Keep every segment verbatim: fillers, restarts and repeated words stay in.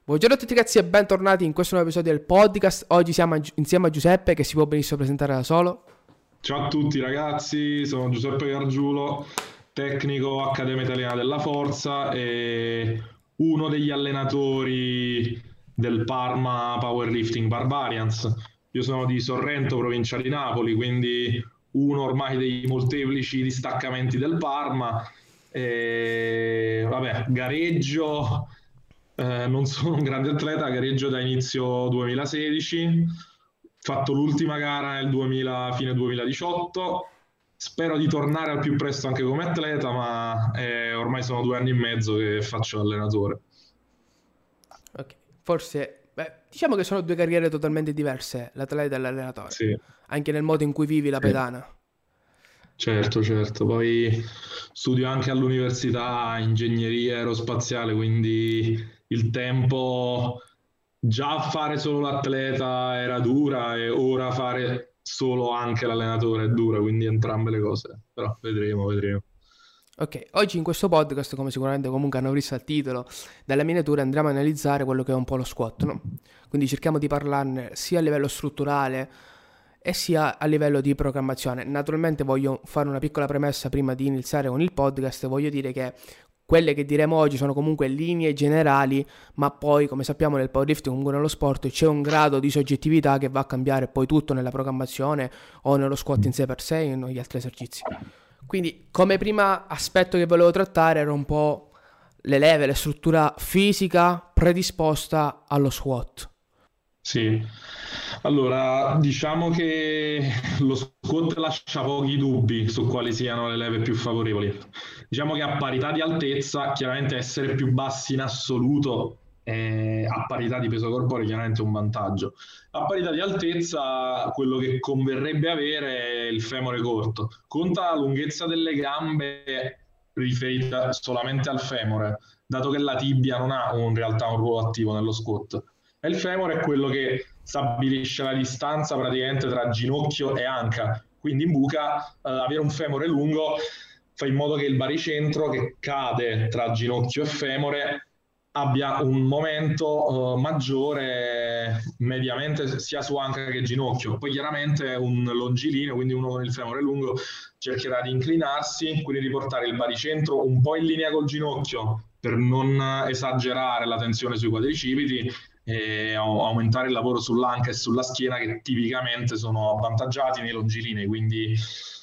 Buongiorno a tutti ragazzi e bentornati in questo nuovo episodio del podcast. Oggi siamo insieme a Giuseppe che si può benissimo presentare da solo. Ciao a tutti ragazzi, sono Giuseppe Gargiulo, tecnico Accademia Italiana della Forza e uno degli allenatori del Parma Powerlifting Barbarians. Io sono di Sorrento, provincia di Napoli, quindi uno ormai dei molteplici distaccamenti del Parma. E, vabbè, gareggio, eh, non sono un grande atleta, gareggio da inizio duemilasedici, fatto l'ultima gara nel duemila, fine duemiladiciotto. Spero di tornare al più presto anche come atleta, ma eh, ormai sono due anni e mezzo che faccio allenatore. Ok, forse, beh, diciamo che sono due carriere totalmente diverse, l'atleta e l'allenatore, Sì, anche nel modo in cui vivi la sì. pedana. Certo, certo. Poi studio anche all'università ingegneria aerospaziale, quindi il tempo già fare solo l'atleta era dura e ora fare solo anche l'allenatore è dura, quindi entrambe le cose. Però vedremo, vedremo. Ok, oggi in questo podcast, come sicuramente comunque hanno visto al titolo della miniatura, andremo a analizzare quello che è un po' lo squat, no? Quindi cerchiamo di parlarne sia a livello strutturale e sia a livello di programmazione. Naturalmente voglio fare una piccola premessa prima di iniziare con il podcast. Voglio dire che quelle che diremo oggi sono comunque linee generali, ma poi, come sappiamo, nel powerlifting, comunque nello sport, c'è un grado di soggettività che va a cambiare poi tutto nella programmazione o nello squat in sé per sé e negli altri esercizi. Quindi, come primo aspetto che volevo trattare era un po' le leve, la struttura fisica predisposta allo squat. Sì, allora diciamo che lo squat lascia pochi dubbi su quali siano le leve più favorevoli. Diciamo che a parità di altezza, chiaramente essere più bassi in assoluto, eh, a parità di peso corporeo, chiaramente è un vantaggio. A parità di altezza, quello che converrebbe avere è il femore corto. Conta la lunghezza delle gambe riferita solamente al femore, dato che la tibia non ha in realtà un ruolo attivo nello squat. E il femore è quello che stabilisce la distanza praticamente tra ginocchio e anca. Quindi in buca eh, avere un femore lungo fa in modo che il baricentro che cade tra ginocchio e femore abbia un momento uh, maggiore mediamente sia su anca che ginocchio. Poi chiaramente un longilineo, quindi uno con il femore lungo, cercherà di inclinarsi, quindi di portare il baricentro un po' in linea col ginocchio per non esagerare la tensione sui quadricipiti e aumentare il lavoro sull'anca e sulla schiena, che tipicamente sono avvantaggiati nei longilinei. Quindi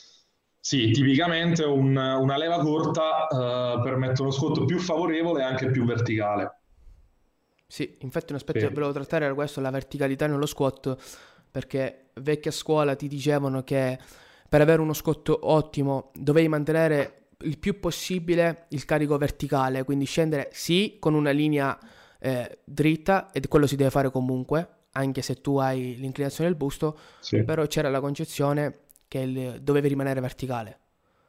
sì, tipicamente un, una leva corta uh, permette uno squat più favorevole e anche più verticale. Sì, infatti un aspetto Sì. che volevo trattare era questo, la verticalità nello squat, perché vecchia scuola ti dicevano che per avere uno squat ottimo dovevi mantenere il più possibile il carico verticale, quindi scendere sì con una linea eh, dritta, e quello si deve fare comunque, anche se tu hai l'inclinazione del busto, Sì. però c'era la concezione che il, dovevi rimanere verticale.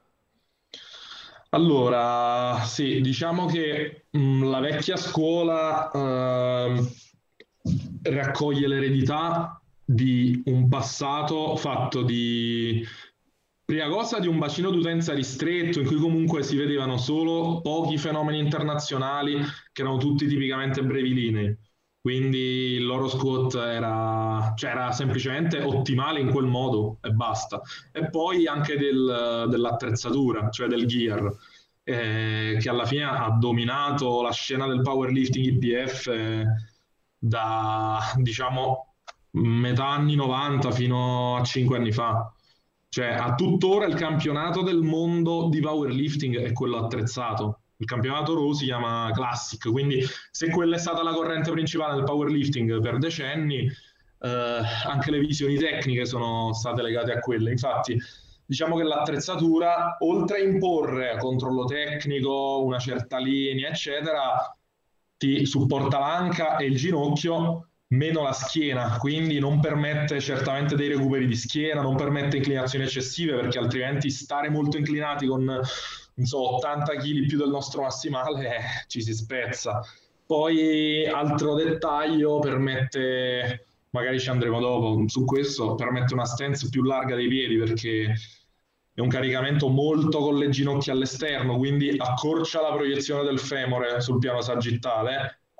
Allora, sì, diciamo che mh, la vecchia scuola eh, raccoglie l'eredità di un passato fatto di, prima cosa, di un bacino d'utenza ristretto in cui comunque si vedevano solo pochi fenomeni internazionali che erano tutti tipicamente brevilinei. Quindi il loro squat era, cioè era semplicemente ottimale in quel modo e basta. E poi anche del, dell'attrezzatura, cioè del gear, eh, che alla fine ha dominato la scena del powerlifting I P F eh, da, diciamo, metà anni novanta fino a cinque anni fa. Cioè, a tuttora il campionato del mondo di powerlifting è quello attrezzato. Il campionato R A W si chiama Classic, quindi se quella è stata la corrente principale del powerlifting per decenni, eh, anche le visioni tecniche sono state legate a quelle. Infatti, diciamo che l'attrezzatura, oltre a imporre controllo tecnico, una certa linea, eccetera, ti supporta l'anca e il ginocchio, meno la schiena, quindi non permette certamente dei recuperi di schiena, non permette inclinazioni eccessive, perché altrimenti stare molto inclinati con non so, ottanta chili più del nostro massimale eh, ci si spezza. Poi altro dettaglio, permette, magari ci andremo dopo su questo, permette una stance più larga dei piedi, perché è un caricamento molto con le ginocchia all'esterno, quindi accorcia la proiezione del femore sul piano sagittale,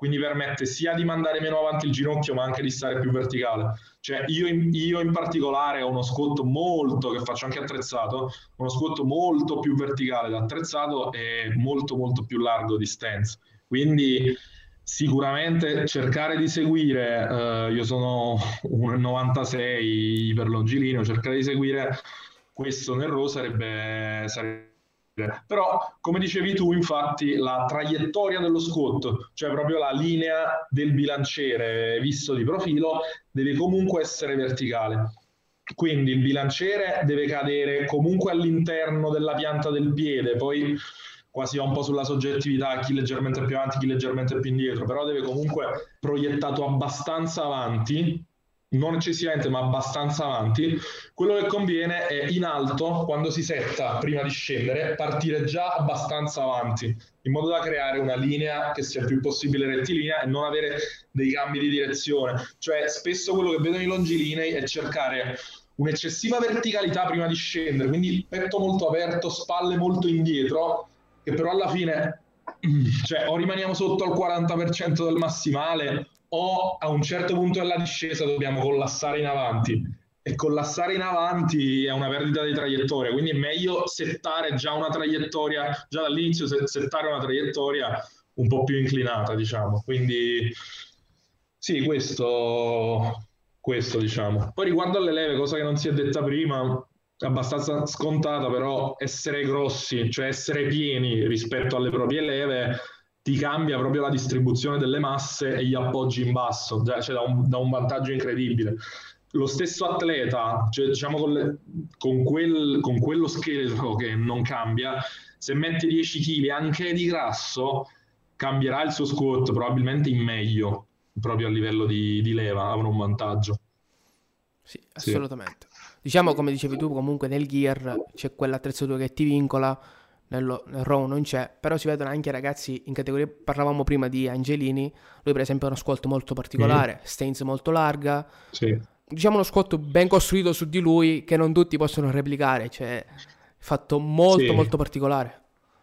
quindi permette sia di mandare meno avanti il ginocchio ma anche di stare più verticale. Cioè io in, io in particolare ho uno squat molto, che faccio anche attrezzato, uno squat molto più verticale da attrezzato e molto molto più largo di stance. Quindi sicuramente cercare di seguire, eh, io sono uno virgola novantasei per longilineo, cercare di seguire questo nel row sarebbe, sarebbe... Però, come dicevi tu, infatti, la traiettoria dello squat, cioè proprio la linea del bilanciere visto di profilo, deve comunque essere verticale. Quindi il bilanciere deve cadere comunque all'interno della pianta del piede, poi quasi un po' sulla soggettività, chi leggermente più avanti, chi leggermente più indietro, però deve comunque proiettato abbastanza avanti, non eccessivamente ma abbastanza avanti. Quello che conviene è in alto, quando si setta prima di scendere, partire già abbastanza avanti, in modo da creare una linea che sia il più possibile rettilinea e non avere dei cambi di direzione. Cioè spesso quello che vedono i longilinei è cercare un'eccessiva verticalità prima di scendere, quindi petto molto aperto, spalle molto indietro, che però alla fine cioè, o rimaniamo sotto al quaranta per cento del massimale o a un certo punto della discesa dobbiamo collassare in avanti, e collassare in avanti è una perdita di traiettoria, quindi è meglio settare già una traiettoria, già dall'inizio settare una traiettoria un po' più inclinata, diciamo. Quindi sì, questo, questo diciamo. Poi riguardo alle leve, cosa che non si è detta prima, abbastanza scontata, però essere grossi, cioè essere pieni rispetto alle proprie leve, ti cambia proprio la distribuzione delle masse e gli appoggi in basso, cioè da un, da un vantaggio incredibile. Lo stesso atleta, cioè, diciamo con, le, con, quel, con quello scheletro che non cambia, se metti dieci chili anche di grasso, cambierà il suo squat probabilmente in meglio, proprio a livello di, di leva, avrà un vantaggio. Sì, assolutamente. Sì. Diciamo, come dicevi tu, comunque nel gear c'è quell'attrezzatura che ti vincola, nello, nel row non c'è, però si vedono anche ragazzi in categoria, parlavamo prima di Angelini, lui per esempio ha uno squat molto particolare, mm. stance molto larga, sì. Diciamo uno squat ben costruito su di lui che non tutti possono replicare, cioè fatto molto sì. molto particolare.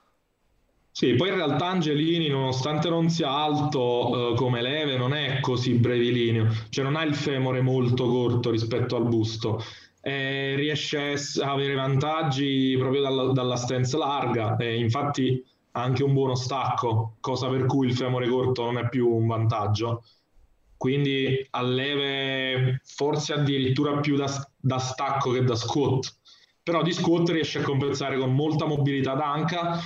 Sì, poi in realtà Angelini, nonostante non sia alto eh, come leve, non è così brevilineo, cioè non ha il femore molto corto rispetto al busto, e riesce a avere vantaggi proprio dalla, dalla stance larga, e infatti ha anche un buono stacco, cosa per cui il femore corto non è più un vantaggio. Quindi a leve forse addirittura più da, da stacco che da squat, però di squat riesce a compensare con molta mobilità d'anca,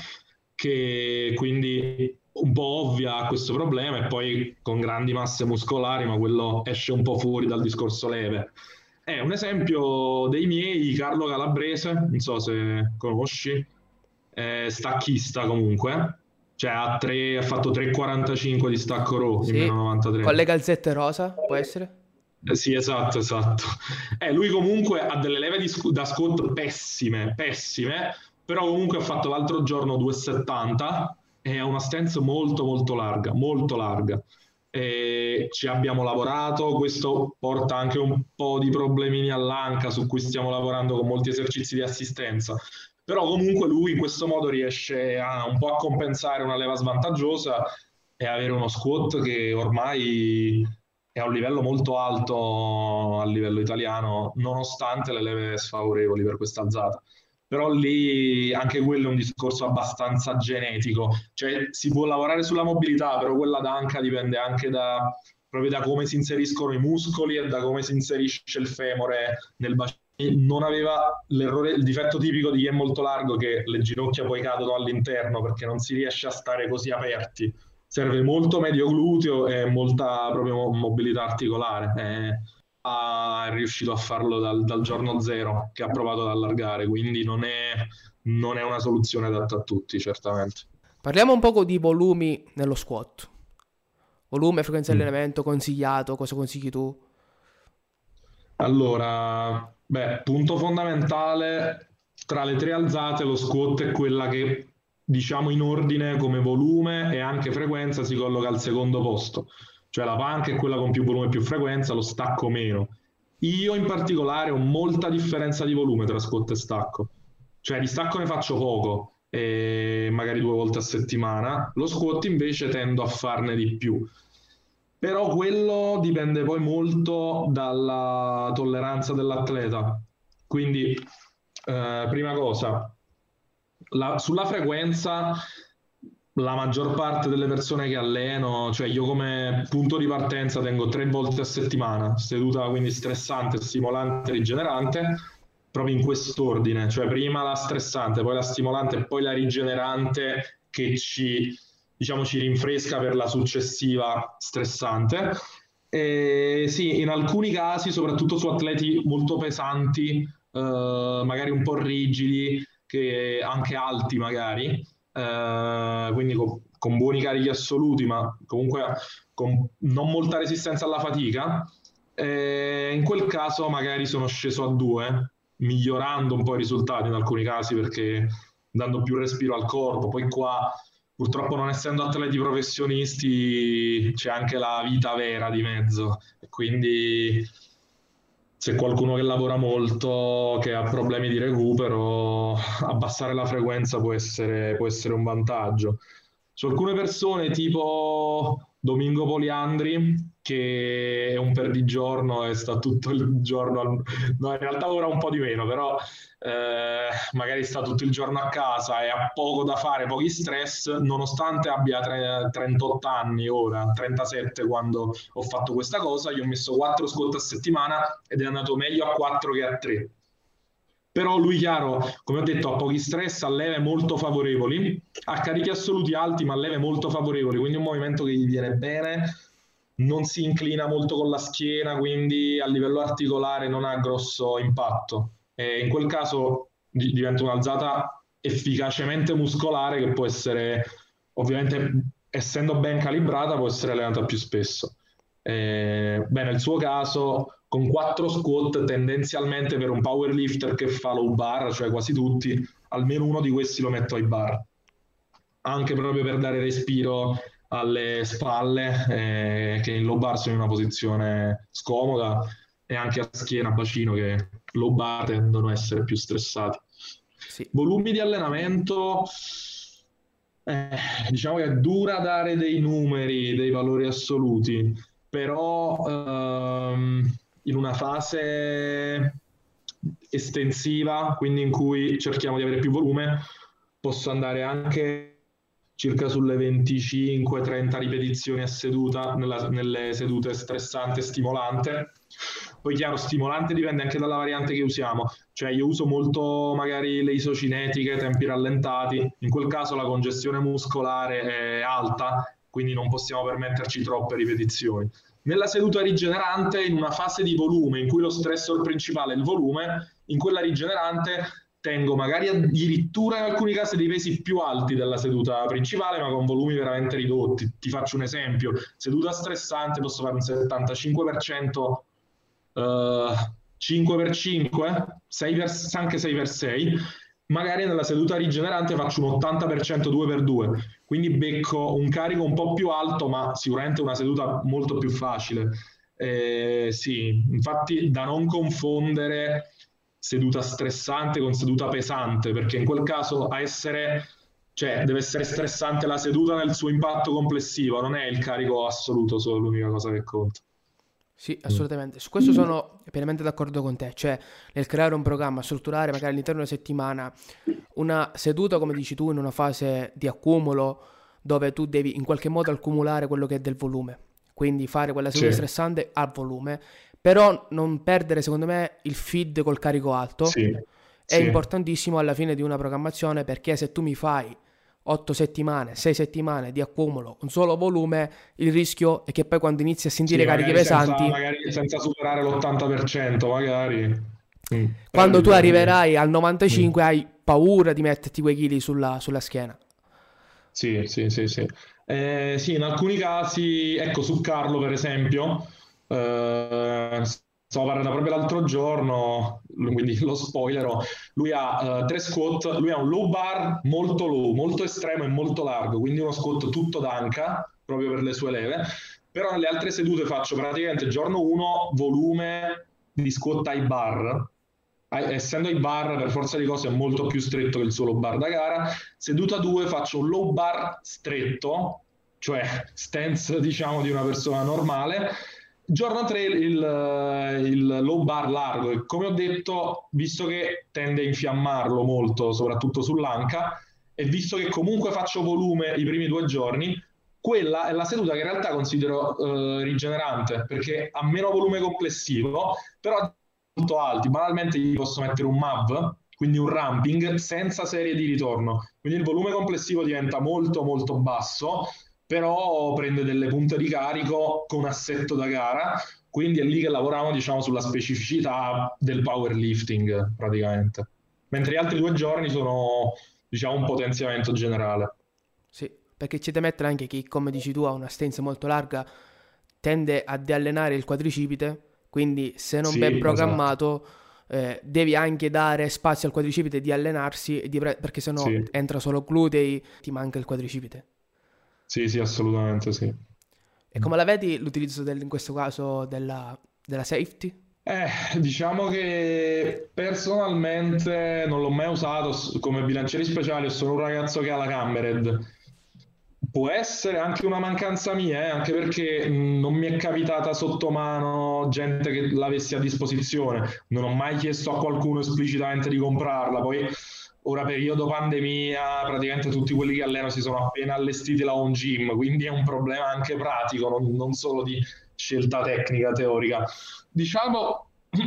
che quindi un po' ovvia questo problema, e poi con grandi masse muscolari, ma quello esce un po' fuori dal discorso leve. È un esempio dei miei, Carlo Calabrese, non so se conosci, è stacchista comunque, cioè ha, tre, ha fatto tre virgola quarantacinque di stacco raw, sì, in meno novantatré. Con le calzette rosa, può essere? Eh, sì, esatto, esatto. Eh, lui comunque ha delle leve di sc- da squat pessime, pessime, però comunque ha fatto l'altro giorno due virgola settanta e ha una stance molto molto larga, molto larga. E ci abbiamo lavorato, questo porta anche un po' di problemini all'anca su cui stiamo lavorando con molti esercizi di assistenza, però comunque lui in questo modo riesce a un po' a compensare una leva svantaggiosa e avere uno squat che ormai è a un livello molto alto a livello italiano, nonostante le leve sfavorevoli per questa alzata. Però lì anche quello è un discorso abbastanza genetico, cioè si può lavorare sulla mobilità, però quella d'anca dipende anche da, proprio da come si inseriscono i muscoli e da come si inserisce il femore nel bacino. Non aveva l'errore, il difetto tipico di chi è molto largo, che le ginocchia poi cadono all'interno perché non si riesce a stare così aperti, serve molto medio gluteo e molta proprio mobilità articolare. Eh, è riuscito a farlo dal, dal giorno zero che ha provato ad allargare, quindi non è, non è una soluzione adatta a tutti, certamente. Parliamo un poco di volumi nello squat. Volume, frequenza di mm. allenamento, consigliato, cosa consigli tu? Allora, beh, punto fondamentale, tra le tre alzate lo squat è quella che, diciamo in ordine come volume e anche frequenza, si colloca al secondo posto. Cioè la panca è quella con più volume e più frequenza, lo stacco meno. Io in particolare ho molta differenza di volume tra squat e stacco. Cioè di stacco ne faccio poco, e magari due volte a settimana. Lo squat invece tendo a farne di più. Però quello dipende poi molto dalla tolleranza dell'atleta. Quindi, eh, prima cosa, la- sulla frequenza, la maggior parte delle persone che alleno, cioè io come punto di partenza tengo tre volte a settimana, seduta quindi stressante, stimolante, rigenerante, proprio in quest'ordine, cioè prima la stressante, poi la stimolante e poi la rigenerante che ci, diciamo, ci rinfresca per la successiva stressante. E sì, in alcuni casi, soprattutto su atleti molto pesanti, eh, magari un po' rigidi, che anche alti magari, eh, quindi con, con buoni carichi assoluti, ma comunque con non molta resistenza alla fatica, eh, in quel caso magari sono sceso a due, migliorando un po' i risultati in alcuni casi perché dando più respiro al corpo. Poi qua, purtroppo non essendo atleti professionisti, c'è anche la vita vera di mezzo, e quindi se qualcuno che lavora molto, che ha problemi di recupero, abbassare la frequenza può essere, può essere un vantaggio. Su alcune persone, tipo Domingo Poliandri, che è un perdigiorno e sta tutto il giorno, al- no, in realtà ora un po' di meno, però eh, magari sta tutto il giorno a casa e ha poco da fare, pochi stress, nonostante abbia tre- trentotto anni ora, trentasette quando ho fatto questa cosa, gli ho messo quattro squat a settimana ed è andato meglio a quattro che a tre. Però lui, chiaro, come ho detto, ha pochi stress, ha leve molto favorevoli, ha carichi assoluti alti, ma leve molto favorevoli, quindi un movimento che gli viene bene, non si inclina molto con la schiena, quindi a livello articolare non ha grosso impatto. E in quel caso di- diventa un'alzata efficacemente muscolare che può essere, ovviamente, essendo ben calibrata, può essere allenata più spesso. Eh, beh, nel suo caso, con quattro squat, tendenzialmente per un powerlifter che fa low bar, cioè quasi tutti, almeno uno di questi lo metto ai bar, anche proprio per dare respiro alle spalle, eh, che in low bar sono in una posizione scomoda, e anche a schiena, bacino, che low bar tendono a essere più stressati. Sì. Volumi di allenamento, eh, diciamo che è dura dare dei numeri, dei valori assoluti, però ehm, in una fase estensiva, quindi in cui cerchiamo di avere più volume, posso andare anche circa sulle venticinque trenta ripetizioni a seduta nella- nelle sedute stressante e stimolante. Poi chiaro, stimolante dipende anche dalla variante che usiamo, cioè io uso molto magari le isocinetiche, tempi rallentati, in quel caso la congestione muscolare è alta, quindi non possiamo permetterci troppe ripetizioni. Nella seduta rigenerante, in una fase di volume in cui lo stressor principale è il volume, in quella rigenerante tengo magari addirittura in alcuni casi dei pesi più alti della seduta principale, ma con volumi veramente ridotti. Ti faccio un esempio: seduta stressante posso fare un settantacinque per cento eh, cinque per cinque, sei per, anche sei per sei. Magari nella seduta rigenerante faccio un ottanta per cento due per due, quindi becco un carico un po' più alto, ma sicuramente una seduta molto più facile. Eh, sì, infatti da non confondere seduta stressante con seduta pesante, perché in quel caso a essere, cioè deve essere stressante la seduta nel suo impatto complessivo, non è il carico assoluto solo l'unica cosa che conta. Sì, Mm. assolutamente. Su questo sono pienamente d'accordo con te. Cioè, nel creare un programma, strutturare magari all'interno di una settimana una seduta, come dici tu, in una fase di accumulo, dove tu devi in qualche modo accumulare quello che è del volume. Quindi fare quella seduta Sì, stressante a volume, però non perdere, secondo me, il feed col carico alto. sì, È sì. importantissimo alla fine di una programmazione, perché se tu mi fai otto settimane, sei settimane di accumulo, un solo volume, il rischio è che poi quando inizi a sentire Sì, carichi magari senza, pesanti, magari senza superare l'ottanta per cento, magari. Mm, quando perdi tu terreno. arriverai al Mm. novantacinque hai paura di metterti quei chili sulla, sulla schiena. Sì, sì, sì, sì. Eh, sì, in alcuni casi, ecco, su Carlo per esempio, eh, stavo parlando proprio l'altro giorno, quindi lo spoilerò, lui ha eh, tre squat, lui ha un low bar molto low, molto estremo e molto largo, quindi uno squat tutto d'anca, proprio per le sue leve, però nelle altre sedute faccio praticamente giorno uno volume di squat ai bar, essendo ai bar per forza di cose è molto più stretto che il suo low bar da gara. Seduta due faccio un low bar stretto, cioè stance diciamo di una persona normale. Giorno tre il, il low bar largo, e come ho detto, visto che tende a infiammarlo molto, soprattutto sull'anca, e visto che comunque faccio volume i primi due giorni, quella è la seduta che in realtà considero eh, rigenerante, perché ha meno volume complessivo, però molto alti. Banalmente gli posso mettere un M A V, quindi un ramping, senza serie di ritorno. Quindi il volume complessivo diventa molto molto basso, però prende delle punte di carico con assetto da gara, quindi è lì che lavoriamo diciamo sulla specificità del powerlifting praticamente, mentre gli altri due giorni sono diciamo un potenziamento generale. Sì, perché c'è da mettere anche che, come dici tu, ha una stance molto larga, tende a deallenare il quadricipite, quindi se non Sì, ben esatto. programmato eh, devi anche dare spazio al quadricipite di allenarsi, e di pre- perché sennò Sì, entra solo glutei, ti manca il quadricipite. sì, sì, assolutamente sì. E come la vedi l'utilizzo del- in questo caso della, della safety? Eh, diciamo che personalmente non l'ho mai usato s- come bilancieri speciali, sono un ragazzo che ha la Cambered. Può essere anche una mancanza mia, eh, anche perché mh, non mi è capitata sotto mano gente che l'avessi a disposizione. Non ho mai chiesto a qualcuno esplicitamente di comprarla. Poi, ora periodo pandemia, praticamente tutti quelli che alleno si sono appena allestiti la home gym, quindi è un problema anche pratico, non, non solo di scelta tecnica, teorica. Diciamo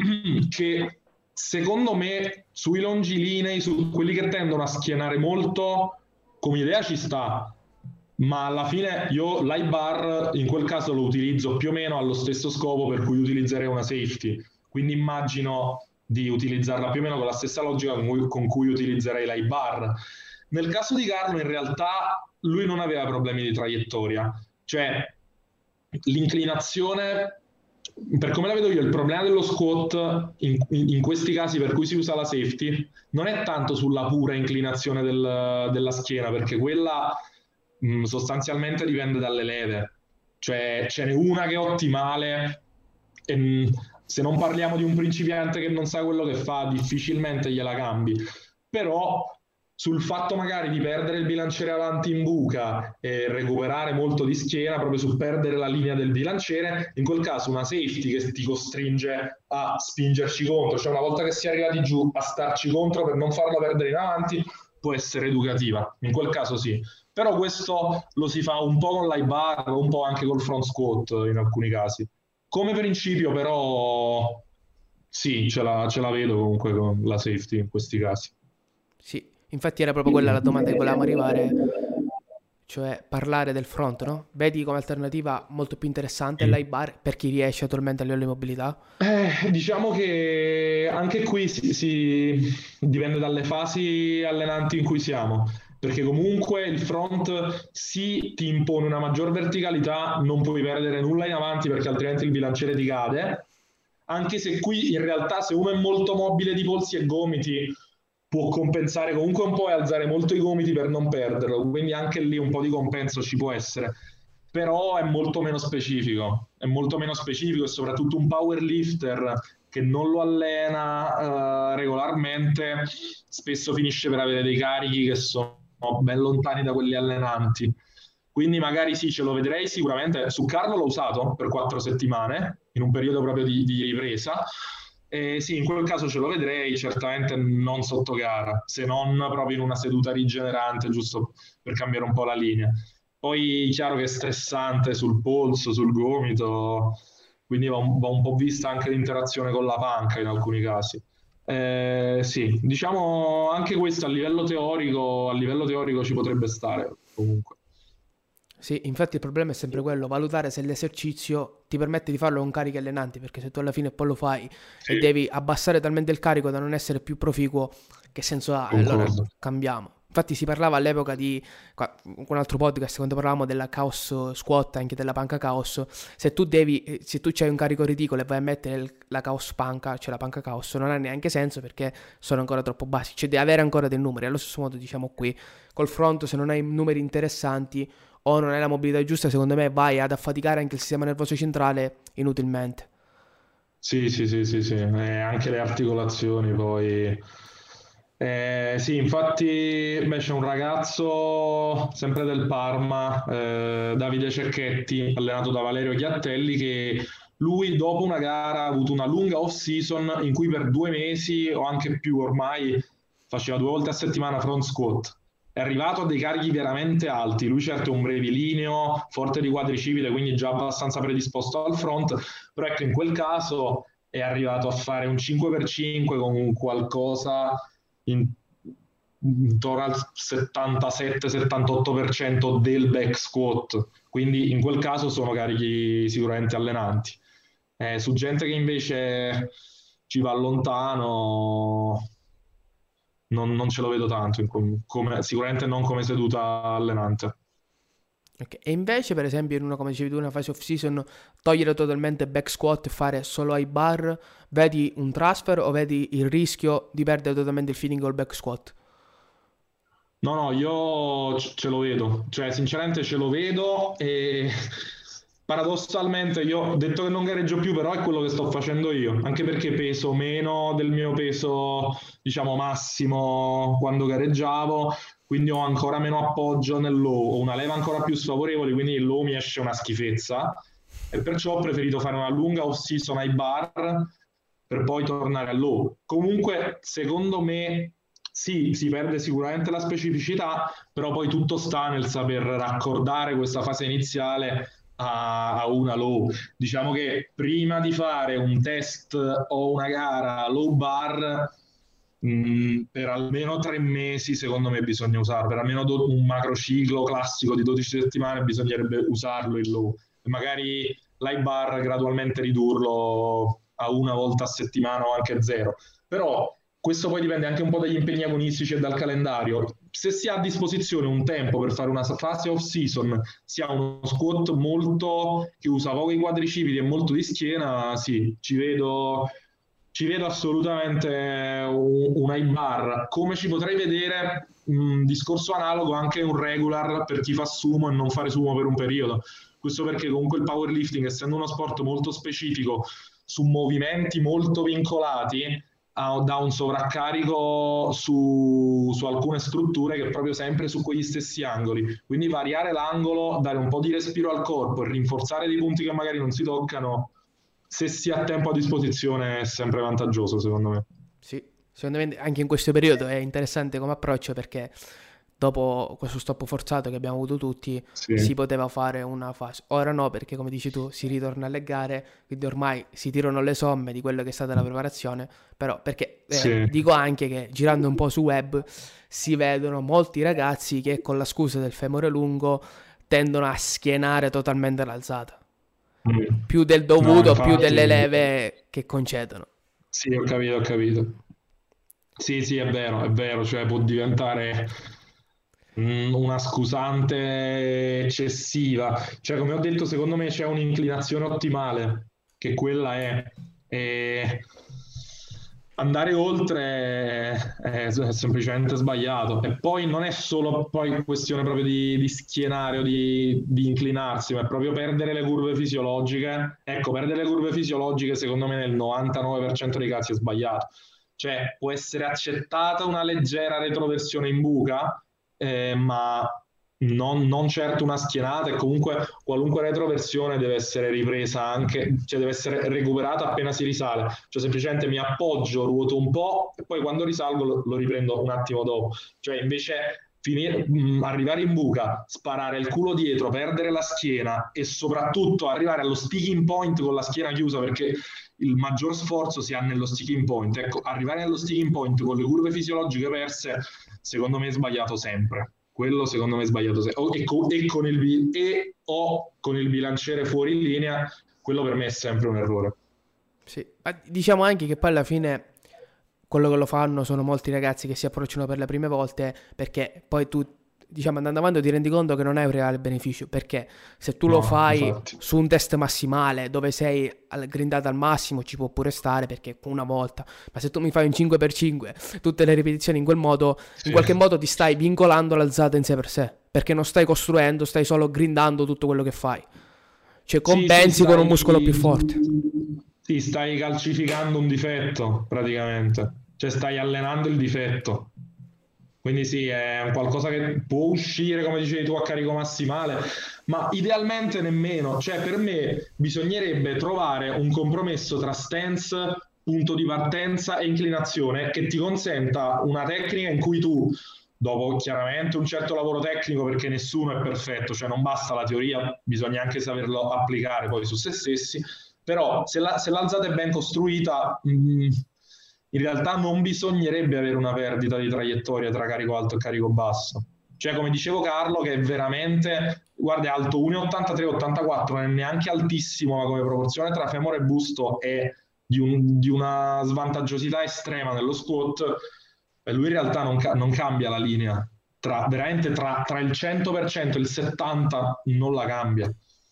che secondo me sui longilinei, su quelli che tendono a schienare molto, come idea ci sta, ma alla fine io l'iBar in quel caso lo utilizzo più o meno allo stesso scopo per cui utilizzerei una safety, quindi immagino di utilizzarla più o meno con la stessa logica con cui, con cui utilizzerei l'iBar. Nel caso di Carlo in realtà lui non aveva problemi di traiettoria, cioè l'inclinazione, per come la vedo io, il problema dello squat in, in questi casi per cui si usa la safety non è tanto sulla pura inclinazione del, della schiena, perché quella mh, sostanzialmente dipende dalle leve, cioè ce n'è una che è ottimale e mh, se non parliamo di un principiante che non sa quello che fa, difficilmente gliela cambi, però sul fatto magari di perdere il bilanciere avanti in buca e recuperare molto di schiena, proprio sul perdere la linea del bilanciere, in quel caso una safety che ti costringe a spingerci contro, cioè una volta che si è arrivati giù a starci contro per non farlo perdere in avanti, può essere educativa, in quel caso sì. Però questo lo si fa un po' con l'iBar, un po' anche col front squat in alcuni casi. Come principio però sì, ce la, ce la vedo comunque con la safety in questi casi. Sì, infatti era proprio quella la domanda che volevamo arrivare, cioè parlare del front, no? Vedi come alternativa molto più interessante l'iBar per chi riesce attualmente a livello di mobilità? Eh, diciamo che anche qui si, si- dipende dalle fasi allenanti in cui siamo, perché comunque il front sì ti impone una maggior verticalità, non puoi perdere nulla in avanti perché altrimenti il bilanciere ti cade, anche se qui in realtà se uno è molto mobile di polsi e gomiti può compensare comunque un po' e alzare molto i gomiti per non perderlo, quindi anche lì un po' di compenso ci può essere, però è molto meno specifico, è molto meno specifico e soprattutto un powerlifter che non lo allena eh, regolarmente spesso finisce per avere dei carichi che sono ben lontani da quelli allenanti. Quindi magari sì, ce lo vedrei sicuramente. Su Carlo l'ho usato per quattro settimane, in un periodo proprio di, di ripresa. E sì, in quel caso ce lo vedrei, certamente non sotto gara, se non proprio in una seduta rigenerante, giusto per cambiare un po' la linea. Poi chiaro che è stressante sul polso, sul gomito, quindi va un, va un po' vista anche l'interazione con la panca in alcuni casi. Eh, sì, diciamo anche questo a livello teorico, a livello teorico ci potrebbe stare comunque. Sì, infatti il problema è sempre quello, valutare se l'esercizio ti permette di farlo con carichi allenanti, perché se tu alla fine poi lo fai e Sì, devi abbassare talmente il carico da non essere più proficuo, che senso ha? E allora concordo. cambiamo. Infatti si parlava all'epoca di, qua- con un altro podcast, quando parlavamo della Chaos Squat, anche della panca Chaos, se tu devi, eh, se tu c'hai un carico ridicolo e vai a mettere il- la Chaos panca, cioè la panca Chaos, non ha neanche senso perché sono ancora troppo bassi, cioè devi avere ancora dei numeri. Allo stesso modo diciamo qui, col front se non hai numeri interessanti o non hai la mobilità giusta, secondo me vai ad affaticare anche il sistema nervoso centrale inutilmente. Sì, sì, sì, sì, sì, e anche le articolazioni poi. Eh, sì, infatti beh, c'è un ragazzo sempre del Parma, eh, Davide Cecchetti, allenato da Valerio Chiattelli, che lui dopo una gara ha avuto una lunga off-season in cui per due mesi o anche più ormai faceva due volte a settimana front squat. È arrivato a dei carichi veramente alti. Lui certo è un brevilineo, forte di quadricipite, quindi già abbastanza predisposto al front, però ecco, in quel caso è arrivato a fare un cinque per cinque con qualcosa in- intorno al settantasette settantotto per cento del back squat, quindi in quel caso sono carichi sicuramente allenanti. Eh, su gente che invece ci va lontano, non, non ce lo vedo tanto, in com- come- sicuramente non come seduta allenante. Ok. E invece, per esempio, in una, come dicevi tu, una fase off season, togliere totalmente back squat e fare solo high bar, vedi un transfer o vedi il rischio di perdere totalmente il feeling col back squat? No, no, io c- ce lo vedo, cioè sinceramente ce lo vedo e paradossalmente io ho detto che non gareggio più, però è quello che sto facendo io, anche perché peso meno del mio peso, diciamo, massimo quando gareggiavo, quindi ho ancora meno appoggio nel low, ho una leva ancora più sfavorevole, quindi il low mi esce una schifezza e perciò ho preferito fare una lunga off-season ai bar per poi tornare al low. Comunque, secondo me, sì, si perde sicuramente la specificità, però poi tutto sta nel saper raccordare questa fase iniziale a, a una low. Diciamo che prima di fare un test o una gara low bar, mh, per almeno tre mesi, secondo me, bisogna usarlo. Per almeno do- un macrociclo classico di dodici settimane bisognerebbe usarlo il low. E magari l'high bar gradualmente ridurlo a una volta a settimana o anche zero. Però questo poi dipende anche un po' dagli impegni agonistici e dal calendario. Se si ha a disposizione un tempo per fare una fase off season, si ha uno squat molto che usa poco i quadricipiti e molto di schiena, sì, ci vedo, ci vedo assolutamente un, un high bar. Come ci potrei vedere un discorso analogo anche un regular per chi fa sumo e non fare sumo per un periodo. Questo perché comunque il powerlifting, essendo uno sport molto specifico, su movimenti molto vincolati, ha, dà un sovraccarico su, su alcune strutture che è proprio sempre su quegli stessi angoli. Quindi variare l'angolo, dare un po' di respiro al corpo e rinforzare dei punti che magari non si toccano, se si ha tempo a disposizione, è sempre vantaggioso, secondo me. Sì, secondo me anche in questo periodo è interessante come approccio perché dopo questo stop forzato che abbiamo avuto tutti Sì, si poteva fare una fase. Ora no, perché come dici tu si ritorna alle gare, quindi ormai si tirano le somme di quello che è stata la preparazione, però perché eh, sì. dico anche che girando un po' su web si vedono molti ragazzi che con la scusa del femore lungo tendono a schienare totalmente l'alzata, Mm. più del No, dovuto, più infatti, delle leve che concedono. sì, ho capito, ho capito. Sì, sì, è vero, è vero, cioè può diventare mm, una scusante eccessiva. Cioè, come ho detto, secondo me c'è un'inclinazione ottimale, che quella è. E andare oltre è, è semplicemente sbagliato. E poi non è solo poi questione proprio di, di schienare o di, di inclinarsi, ma è proprio perdere le curve fisiologiche. Ecco, perdere le curve fisiologiche, secondo me, nel novantanove per cento dei casi è sbagliato. Cioè, può essere accettata una leggera retroversione in buca, eh, ma non, non certo una schienata e comunque qualunque retroversione deve essere ripresa anche, cioè deve essere recuperata appena si risale, cioè semplicemente mi appoggio, ruoto un po' e poi quando risalgo lo, lo riprendo un attimo dopo, cioè invece finire, mh, arrivare in buca, sparare il culo dietro, perdere la schiena e soprattutto arrivare allo sticking point con la schiena chiusa perché il maggior sforzo si ha nello sticking point. Ecco, arrivare allo sticking point con le curve fisiologiche perse, secondo me è sbagliato sempre. Quello secondo me è sbagliato sempre. O, e, co- e con il, e o con il bilanciere fuori linea, quello per me è sempre un errore. Sì, ma diciamo anche che poi alla fine quello che lo fanno sono molti ragazzi che si approcciano per le prime volte perché poi tu, diciamo, andando avanti ti rendi conto che non hai un reale beneficio perché se tu lo No, fai infatti. su un test massimale dove sei al- grindato al massimo ci può pure stare perché una volta, ma se tu mi fai un cinque per cinque tutte le ripetizioni in quel modo, in Sì. qualche modo ti stai vincolando l'alzata in sé per sé perché non stai costruendo, stai solo grindando tutto quello che fai, cioè Sì, sì, compensi con un stai, muscolo più forte. Sì, stai calcificando un difetto praticamente, cioè stai allenando il difetto. Quindi sì, è un qualcosa che può uscire, come dicevi tu, a carico massimale, ma idealmente nemmeno. Cioè, per me bisognerebbe trovare un compromesso tra stance, punto di partenza e inclinazione che ti consenta una tecnica in cui tu, dopo chiaramente un certo lavoro tecnico, perché nessuno è perfetto, cioè non basta la teoria, bisogna anche saperlo applicare poi su se stessi, però se, la, se l'alzata è ben costruita, mh, in realtà non bisognerebbe avere una perdita di traiettoria tra carico alto e carico basso. Cioè, come dicevo Carlo, che è veramente, guarda, è alto uno virgola ottantatré ottantaquattro, non è neanche altissimo, ma come proporzione tra femore e busto è di, un, di una svantaggiosità estrema nello squat, e lui in realtà non, ca- non cambia la linea. Tra, veramente tra, tra il cento per cento e il settanta per cento non la cambia.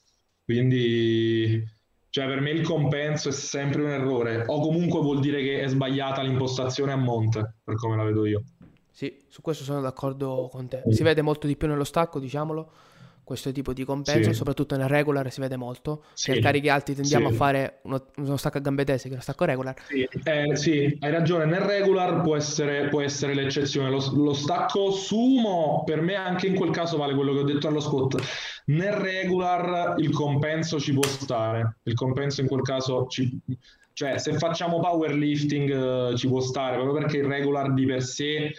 Quindi, cioè, per me il compenso è sempre un errore, o comunque vuol dire che è sbagliata l'impostazione a monte, per come la vedo io. Sì, su questo sono d'accordo con te. Si vede molto di più nello stacco, diciamolo, questo tipo di compenso, Sì, soprattutto nel regular si vede molto, che al sì, carichi alti tendiamo a sì. fare uno, uno stacco a gambe tese, che è uno stacco regular. Sì, eh, sì, hai ragione, nel regular può essere, può essere l'eccezione, lo, lo stacco sumo per me anche in quel caso vale quello che ho detto allo squat, nel regular il compenso ci può stare, il compenso in quel caso, ci, cioè se facciamo powerlifting eh, ci può stare, proprio perché il regular di per sé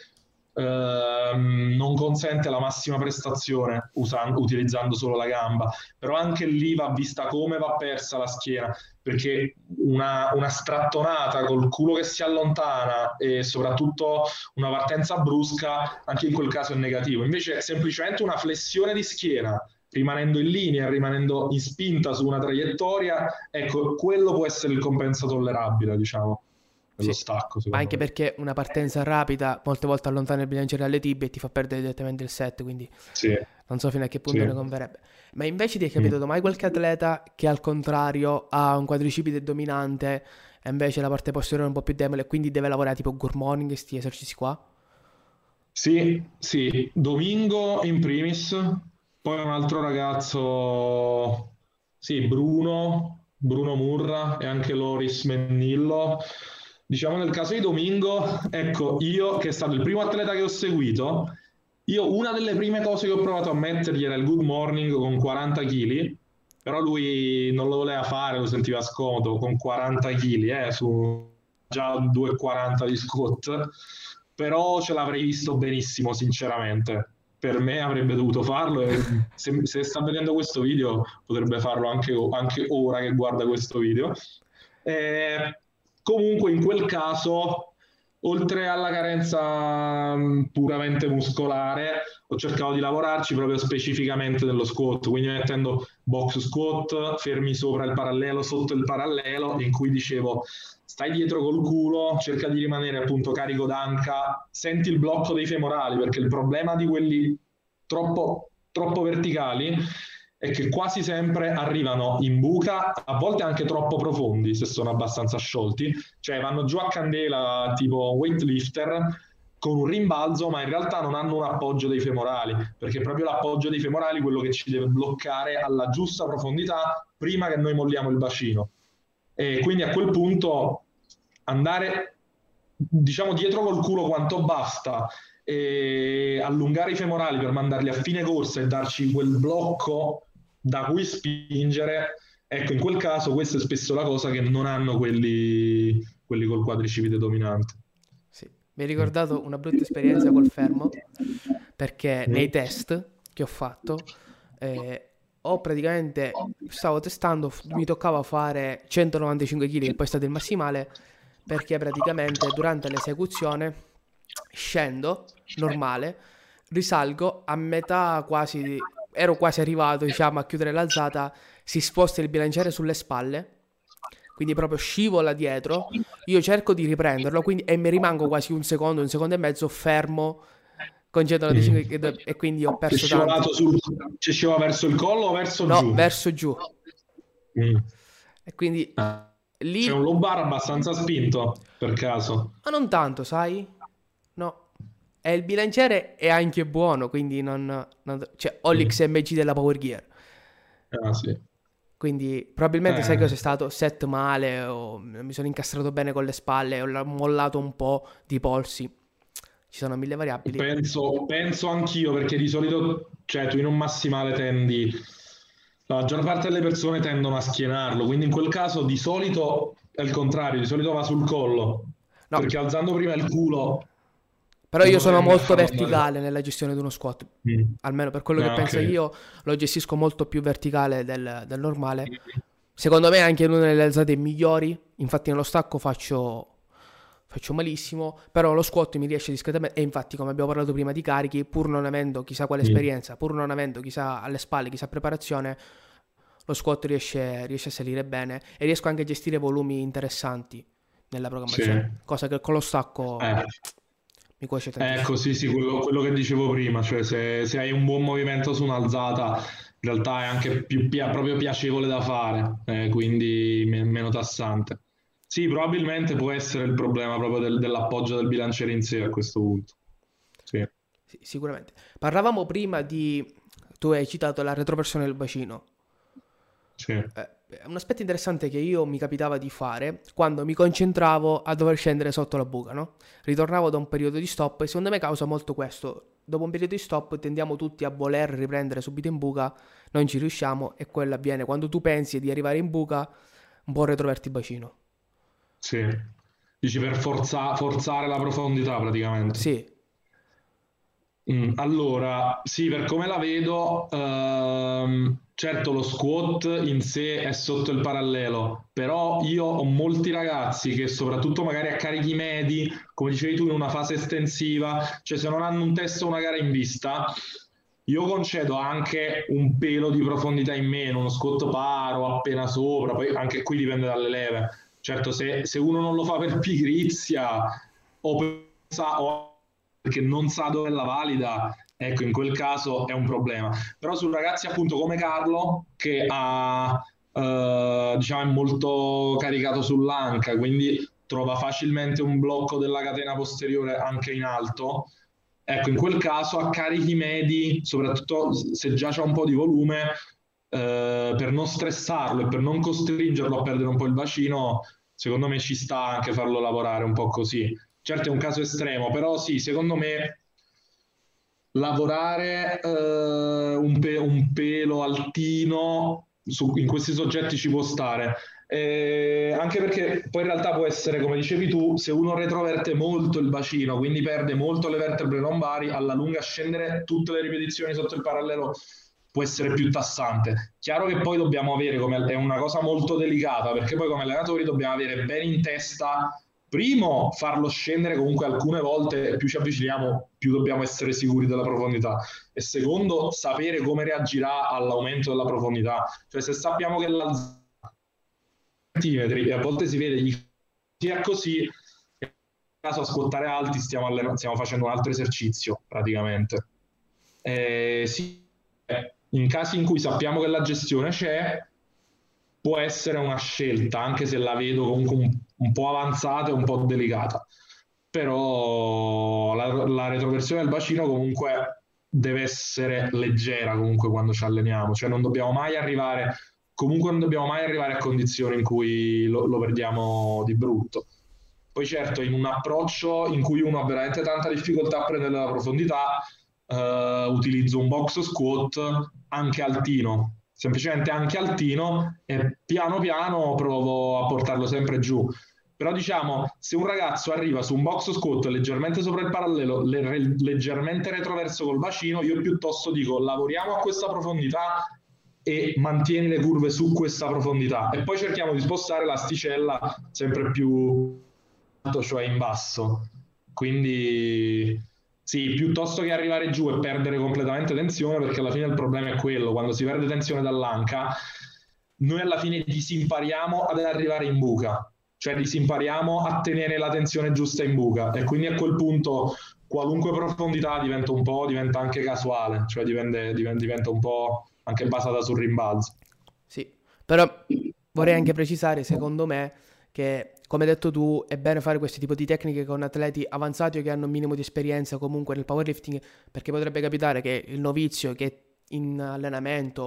ehm, non consente la massima prestazione usando, utilizzando solo la gamba, però anche lì va vista come va persa la schiena, perché una, una strattonata col culo che si allontana e soprattutto una partenza brusca, anche in quel caso è negativo. Invece semplicemente una flessione di schiena, rimanendo in linea, rimanendo in spinta su una traiettoria, ecco, quello può essere il compenso tollerabile, diciamo, dello Sì, stacco, ma secondo anche me. perché una partenza rapida molte volte allontana il bilanciere dalle tibie e ti fa perdere direttamente il set, quindi Sì, non so fino a che punto sì. ne converrebbe. Ma invece ti è Mm. capitato mai qualche atleta che al contrario ha un quadricipite dominante e invece la parte posteriore è un po' più debole e quindi deve lavorare tipo good morning, questi esercizi qua? Sì, sì, Domingo in primis, poi un altro ragazzo, sì, Bruno, Bruno Murra e anche Loris Mennillo. Diciamo nel caso di Domingo, ecco, io che è stato il primo atleta che ho seguito, io una delle prime cose che ho provato a mettergli era il good morning con quaranta chili, però lui non lo voleva fare, lo sentiva scomodo con quaranta chili, eh, su già due virgola quaranta di squat, però ce l'avrei visto benissimo, sinceramente. Per me avrebbe dovuto farlo e se, se sta vedendo questo video potrebbe farlo anche, anche ora che guarda questo video. Eh, comunque in quel caso, oltre alla carenza mh, puramente muscolare, ho cercato di lavorarci proprio specificamente nello squat, quindi mettendo box squat, fermi sopra il parallelo, sotto il parallelo, in cui dicevo stai dietro col culo, cerca di rimanere appunto carico d'anca, senti il blocco dei femorali, perché il problema di quelli troppo, troppo verticali è che quasi sempre arrivano in buca, a volte anche troppo profondi se sono abbastanza sciolti, cioè vanno giù a candela tipo weightlifter con un rimbalzo, ma in realtà non hanno un appoggio dei femorali, perché è proprio l'appoggio dei femorali quello che ci deve bloccare alla giusta profondità prima che noi molliamo il bacino. E quindi a quel punto andare, diciamo, dietro col culo quanto basta e allungare i femorali per mandarli a fine corsa e darci quel blocco da cui spingere, ecco, in quel caso questa è spesso la cosa che non hanno quelli, quelli col quadricipite dominante. Sì, mi ha ricordato una brutta esperienza col fermo, perché nei Mm. test che ho fatto, eh, ho praticamente, stavo testando, f- mi toccava fare centonovantacinque chili, che poi è stato il massimale, perché praticamente durante l'esecuzione scendo, normale, risalgo a metà quasi, di- ero quasi arrivato, diciamo, a chiudere l'alzata, si sposta il bilanciere sulle spalle, quindi proprio scivola dietro, io cerco di riprenderlo quindi, e mi rimango quasi un secondo, un secondo e mezzo fermo con Mm. centonovantacinque e e quindi ho C'è perso tanto. scivolato sul, c'è scivolato verso il collo o verso No, giù? verso giù. Mm. E quindi Ah. C'è un lì, low bar abbastanza spinto, per caso. ma non tanto, sai? No. E il bilanciere è anche buono, quindi non, non- cioè ho Mm. l'X M G della Power Gear. Ah, sì. Quindi probabilmente sai Eh, cosa è stato? Set male o mi sono incastrato bene con le spalle, ho mollato un po' di polsi. Ci sono mille variabili. penso, penso anch'io, perché di solito, cioè, tu in un massimale tendi, la maggior parte delle persone tendono a schienarlo, quindi in quel caso di solito è il contrario, di solito va sul collo, No, perché alzando prima il culo però io uno sono tende a molto farlo andare. verticale nella gestione di uno squat. Mm. Almeno per quello che Ah, penso ok. io, lo gestisco molto più verticale del, del normale. Secondo me è anche una delle alzate migliori. Infatti nello stacco faccio, faccio malissimo, però lo squat mi riesce discretamente. E infatti, come abbiamo parlato prima di carichi, pur non avendo chissà quale Mm. esperienza, pur non avendo chissà alle spalle, chissà preparazione, lo squat riesce, riesce a salire bene e riesco anche a gestire volumi interessanti nella Sì. programmazione, cosa che con lo stacco Eh. mi cuoce Ecco, tantissimo. sì, sì, quello, quello che dicevo prima, cioè se, se hai un buon movimento su un'alzata, in realtà è anche più pia- proprio piacevole da fare, eh, quindi me- meno tassante. Sì, probabilmente può essere il problema proprio del- dell'appoggio del bilanciere in sé a questo punto. Sì, Sì, sicuramente. Parlavamo prima di... Tu hai citato la retroversione del bacino. sì, Eh, è un aspetto interessante che io mi capitava di fare quando mi concentravo a dover scendere sotto la buca, no? Ritornavo da un periodo di stop e secondo me causa molto questo. Dopo un periodo di stop tendiamo tutti a voler riprendere subito in buca, non ci riusciamo e quello avviene quando tu pensi di arrivare in buca, un po' retroverti bacino. sì. Dici per forza- forzare la profondità praticamente. Sì, Mm, allora, sì, per come la vedo, ehm, certo lo squat in sé è sotto il parallelo, però io ho molti ragazzi che soprattutto magari a carichi medi, come dicevi tu, in una fase estensiva, cioè se non hanno un test o una gara in vista, io concedo anche un pelo di profondità in meno, uno squat paro appena sopra, poi anche qui dipende dalle leve. Certo, se, se uno non lo fa per pigrizia o, pensa, o perché non sa dove è la valida, ecco, in quel caso è un problema. Però su ragazzi appunto come Carlo, che ha, eh, diciamo, è molto caricato sull'anca, quindi trova facilmente un blocco della catena posteriore anche in alto, ecco, in quel caso a carichi medi, soprattutto se già c'è un po' di volume, eh, per non stressarlo e per non costringerlo a perdere un po' il bacino, secondo me ci sta anche farlo lavorare un po' così. Certo è un caso estremo, però sì, secondo me lavorare eh, un, pe- un pelo altino su- in questi soggetti ci può stare. Eh, anche perché poi in realtà può essere, come dicevi tu, se uno retroverte molto il bacino, quindi perde molto le vertebre lombari, alla lunga scendere tutte le ripetizioni sotto il parallelo può essere più tassante. Chiaro che poi dobbiamo avere, come è una cosa molto delicata, perché poi come allenatori dobbiamo avere bene in testa primo, farlo scendere comunque alcune volte, più ci avviciniamo, più dobbiamo essere sicuri della profondità. E secondo, sapere come reagirà all'aumento della profondità. Cioè, se sappiamo che l'alzata centimetri e a volte si vede gli sia così, in caso a squattare alti stiamo, allen- stiamo facendo un altro esercizio praticamente. Eh, sì, in casi in cui sappiamo che la gestione c'è, può essere una scelta, anche se la vedo comunque un, un po' avanzata e un po' delicata. Però la, la retroversione del bacino comunque deve essere leggera comunque quando ci alleniamo, cioè non dobbiamo mai arrivare, comunque non dobbiamo mai arrivare a condizioni in cui lo, lo perdiamo di brutto. Poi certo, in un approccio in cui uno ha veramente tanta difficoltà a prendere la profondità, eh, utilizzo un box squat anche altino, semplicemente anche altino e piano piano provo a portarlo sempre giù. Però diciamo, se un ragazzo arriva su un box squat leggermente sopra il parallelo, le- leggermente retroverso col bacino, io piuttosto dico lavoriamo a questa profondità e mantieni le curve su questa profondità e poi cerchiamo di spostare l'asticella sempre più alto, cioè in basso. Quindi sì, piuttosto che arrivare giù e perdere completamente tensione, perché alla fine il problema è quello, quando si perde tensione dall'anca, noi alla fine disimpariamo ad arrivare in buca, cioè disimpariamo a tenere la tensione giusta in buca e quindi a quel punto qualunque profondità diventa un po', diventa anche casuale, cioè diventa, diventa un po' anche basata sul rimbalzo. sì. Però vorrei anche precisare, secondo me, che come hai detto tu, è bene fare questo tipo di tecniche con atleti avanzati o che hanno un minimo di esperienza comunque nel powerlifting, perché potrebbe capitare che il novizio che è in allenamento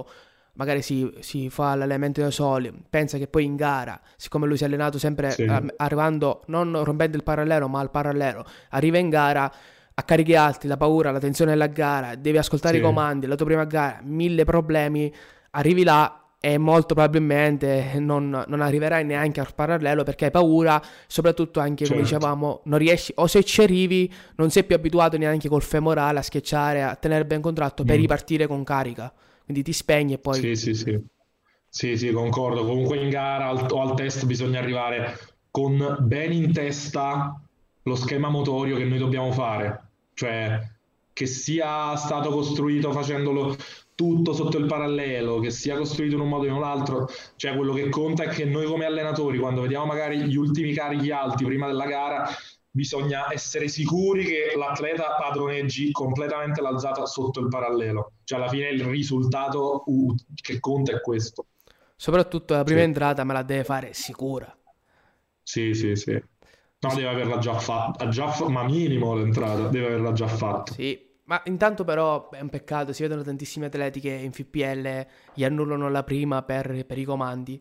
magari si, si fa l'allenamento da soli, pensa che poi in gara, siccome lui si è allenato sempre Sì, eh, arrivando, non rompendo il parallelo, ma al parallelo, arriva in gara a carichi alti, la paura, la tensione della gara, devi ascoltare i sì, comandi, la tua prima gara, mille problemi, arrivi là e molto probabilmente non, non arriverai neanche al parallelo perché hai paura, soprattutto anche come certo. dicevamo, non riesci, o se ci arrivi non sei più abituato neanche col femorale a schiacciare, a tenere ben contratto per Mm. ripartire con carica, quindi ti spegni e poi Sì, sì, sì. Sì, sì, concordo. Comunque in gara al- o al test bisogna arrivare con ben in testa lo schema motorio che noi dobbiamo fare. Cioè, che sia stato costruito facendolo tutto sotto il parallelo, che sia costruito in un modo o in un altro, cioè quello che conta è che noi come allenatori, quando vediamo magari gli ultimi carichi alti prima della gara, bisogna essere sicuri che l'atleta padroneggi completamente l'alzata sotto il parallelo. Cioè alla fine il risultato uh, che conta è questo. soprattutto la prima Sì, entrata me la deve fare sicura. sì, sì, sì. No, Così. deve averla già fatta, già fa- ma minimo l'entrata, deve averla già fatta. Sì, ma intanto però è un peccato, si vedono tantissimi atleti che in F P L gli annullano la prima per, per i comandi.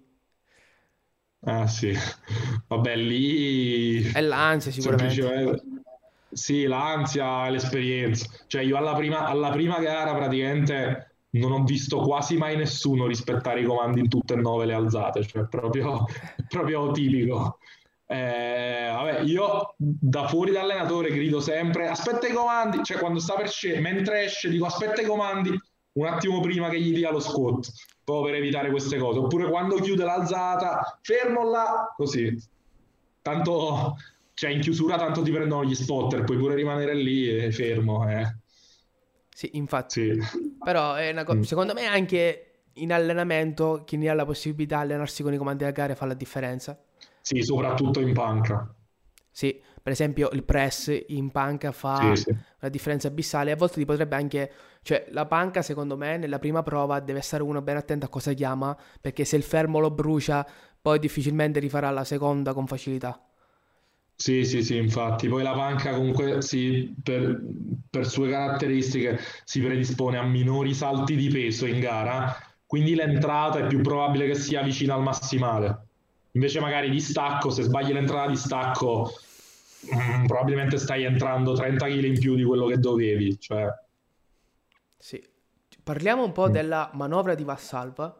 Ah, sì. Vabbè, lì È l'ansia sicuramente. semplicemente sì, l'ansia e l'esperienza. Cioè, io alla prima, alla prima gara praticamente non ho visto quasi mai nessuno rispettare i comandi in tutte e nove le alzate, cioè proprio, proprio tipico. Eh, vabbè, io da fuori da allenatore grido sempre aspetta i comandi, cioè quando sta per scendere, mentre esce dico aspetta i comandi un attimo prima che gli dia lo squat, proprio per evitare queste cose. Oppure quando chiude l'alzata, fermo là, così. Tanto, cioè in chiusura tanto ti prendono gli spotter, puoi pure rimanere lì e fermo. Eh. Sì, infatti. Sì. Però è una co- Mm. secondo me anche in allenamento chi ne ha la possibilità di allenarsi con i comandi della gara fa la differenza. Sì, soprattutto in panca. Sì, per esempio il press in panca Sì, fa sì. una differenza abissale. A volte ti potrebbe anche, cioè la panca secondo me nella prima prova deve stare uno ben attento a cosa chiama, perché se il fermo lo brucia poi difficilmente rifarà la seconda con facilità. Sì, sì, sì, infatti. Poi la panca comunque sì, per, per sue caratteristiche si predispone a minori salti di peso in gara, quindi l'entrata è più probabile che sia vicina al massimale. Invece magari di stacco, se sbagli l'entrata di stacco, mm, probabilmente stai entrando trenta chili in più di quello che dovevi. Cioè, Sì. Parliamo un po' mm. della manovra di Vassalva.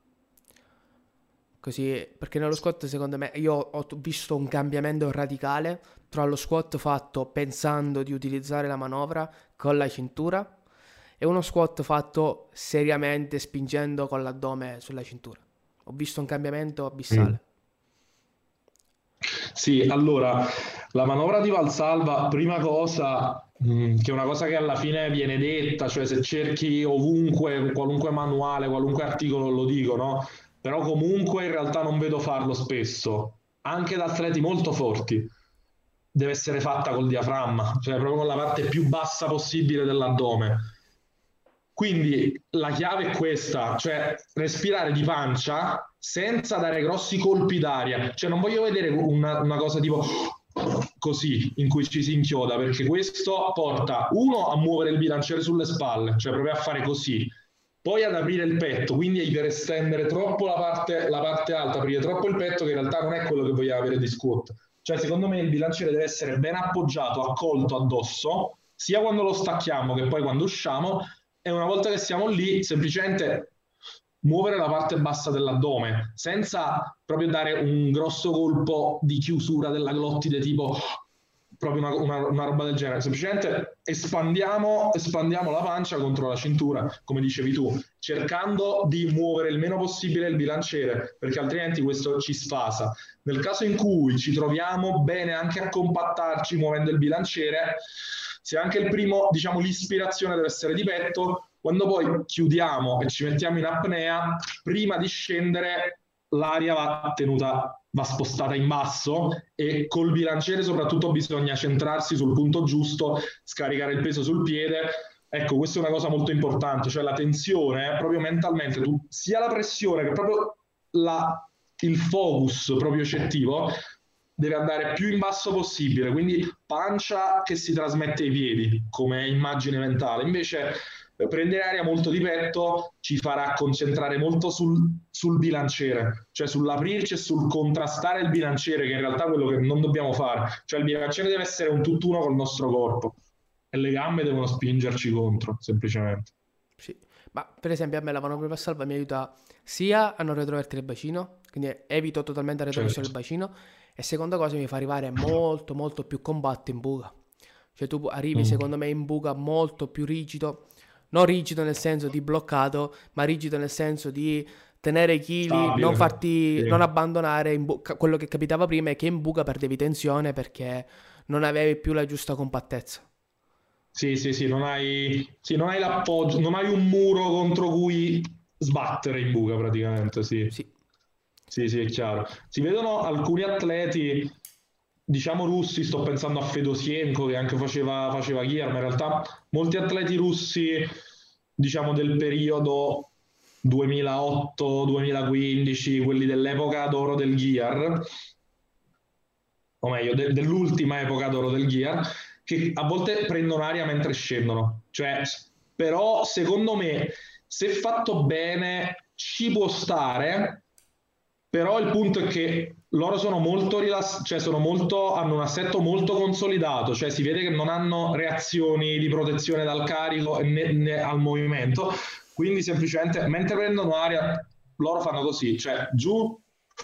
Così, perché nello squat secondo me io ho t- visto un cambiamento radicale tra lo squat fatto pensando di utilizzare la manovra con la cintura e uno squat fatto seriamente spingendo con l'addome sulla cintura. Ho visto un cambiamento Mm. abissale. Sì, allora, la manovra di Valsalva, prima cosa, mh, che è una cosa che alla fine viene detta, cioè se cerchi ovunque, qualunque manuale, qualunque articolo lo dico, no? Però comunque in realtà non vedo farlo spesso, anche da atleti molto forti. Deve essere fatta col diaframma, cioè proprio con la parte più bassa possibile dell'addome. Quindi la chiave è questa, cioè respirare di pancia senza dare grossi colpi d'aria. Cioè non voglio vedere una, una cosa tipo così, in cui ci si inchioda, perché questo porta uno a muovere il bilanciere sulle spalle, cioè proprio a fare così, poi ad aprire il petto, quindi a iperestendere troppo la parte, la parte alta, aprire troppo il petto, che in realtà non è quello che vogliamo avere di squat. Cioè secondo me il bilanciere deve essere ben appoggiato, accolto addosso, sia quando lo stacchiamo che poi quando usciamo, e una volta che siamo lì, semplicemente muovere la parte bassa dell'addome, senza proprio dare un grosso colpo di chiusura della glottide, tipo proprio una, una, una roba del genere. Semplicemente espandiamo, espandiamo la pancia contro la cintura, come dicevi tu, cercando di muovere il meno possibile il bilanciere, perché altrimenti questo ci sfasa. Nel caso in cui ci troviamo bene anche a compattarci muovendo il bilanciere, se anche il primo, diciamo, l'ispirazione deve essere di petto, quando poi chiudiamo e ci mettiamo in apnea, prima di scendere l'aria va tenuta, va spostata in basso e col bilanciere soprattutto bisogna centrarsi sul punto giusto, scaricare il peso sul piede. Ecco, questa è una cosa molto importante, cioè la tensione, proprio mentalmente, tu, sia la pressione che proprio la, il focus proprioccettivo deve andare più in basso possibile, quindi pancia che si trasmette ai piedi come immagine mentale. Invece prendere aria molto di petto ci farà concentrare molto sul, sul bilanciere, cioè sull'aprirci e sul contrastare il bilanciere, che in realtà è quello che non dobbiamo fare. Cioè il bilanciere deve essere un tutt'uno col nostro corpo e le gambe devono spingerci contro, semplicemente. Sì. Ma per esempio a me la manovra valsalva mi aiuta sia a non retrovertere il bacino, quindi evito totalmente la retroversione Certo. del bacino, e seconda cosa mi fa arrivare molto molto più compatto in buca. Cioè tu arrivi Mm. secondo me in buca molto più rigido, non rigido nel senso di bloccato, ma rigido nel senso di tenere i chili, non Stabile. farti, non Sì. abbandonare in buca. Quello che capitava prima è che in buca perdevi tensione perché non avevi più la giusta compattezza. Sì, sì, sì, non hai, sì, non hai l'appoggio, non hai un muro contro cui sbattere in buca praticamente, sì. Sì. Sì, sì, è chiaro. Si vedono alcuni atleti, diciamo russi, sto pensando a Fedosienko che anche faceva, faceva Ghier, ma in realtà molti atleti russi, diciamo del periodo duemilaotto-duemilaquindici, quelli dell'epoca d'oro del Ghier, o meglio, de- dell'ultima epoca d'oro del Gear, che a volte prendono aria mentre scendono. Cioè, però, secondo me, se fatto bene, ci può stare, però il punto è che loro sono molto rilassati, cioè sono molto, hanno un assetto molto consolidato, cioè si vede che non hanno reazioni di protezione dal carico né, né al movimento, quindi semplicemente mentre prendono aria loro fanno così, cioè giù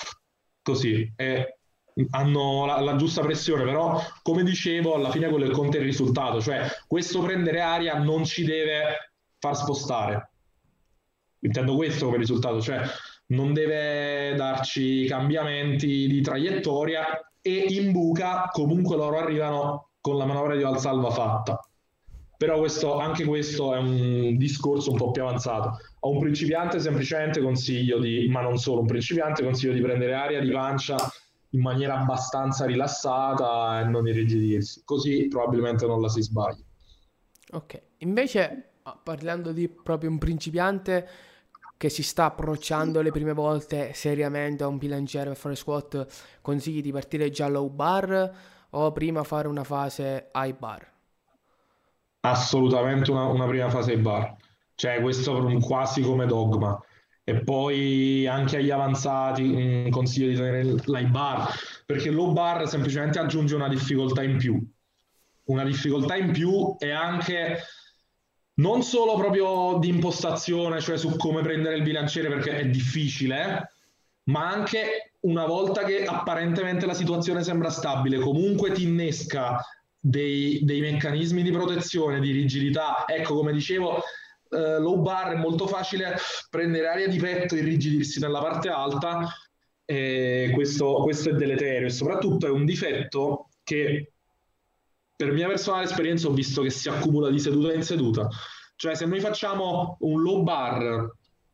così, e hanno la, la giusta pressione, però come dicevo alla fine quello che conta è il risultato, cioè questo prendere aria non ci deve far spostare, intendo questo come risultato, cioè non deve darci cambiamenti di traiettoria e in buca comunque loro arrivano con la manovra di Valsalva fatta. Però questo, anche questo è un discorso un po' più avanzato. A un principiante semplicemente consiglio di, ma non solo un principiante, consiglio di prendere aria di pancia in maniera abbastanza rilassata e non irrigidirsi, così probabilmente non la si sbaglia. Ok, invece ah, parlando di proprio un principiante che si sta approcciando le prime volte seriamente a un bilanciere per fare squat, consigli di partire già low bar o prima fare una fase high bar? Assolutamente una, una prima fase ai bar, cioè questo quasi come dogma. E poi anche agli avanzati mh, consiglio di tenere l'high bar, perché il low bar semplicemente aggiunge una difficoltà in più. Una difficoltà in più e anche non solo proprio di impostazione, cioè su come prendere il bilanciere perché è difficile, ma anche una volta che apparentemente la situazione sembra stabile, comunque ti innesca dei, dei meccanismi di protezione, di rigidità. Ecco, come dicevo, eh, low bar è molto facile prendere aria di petto e irrigidirsi nella parte alta, e questo, questo è deleterio e soprattutto è un difetto che per mia personale esperienza ho visto che si accumula di seduta in seduta. Cioè, se noi facciamo un low bar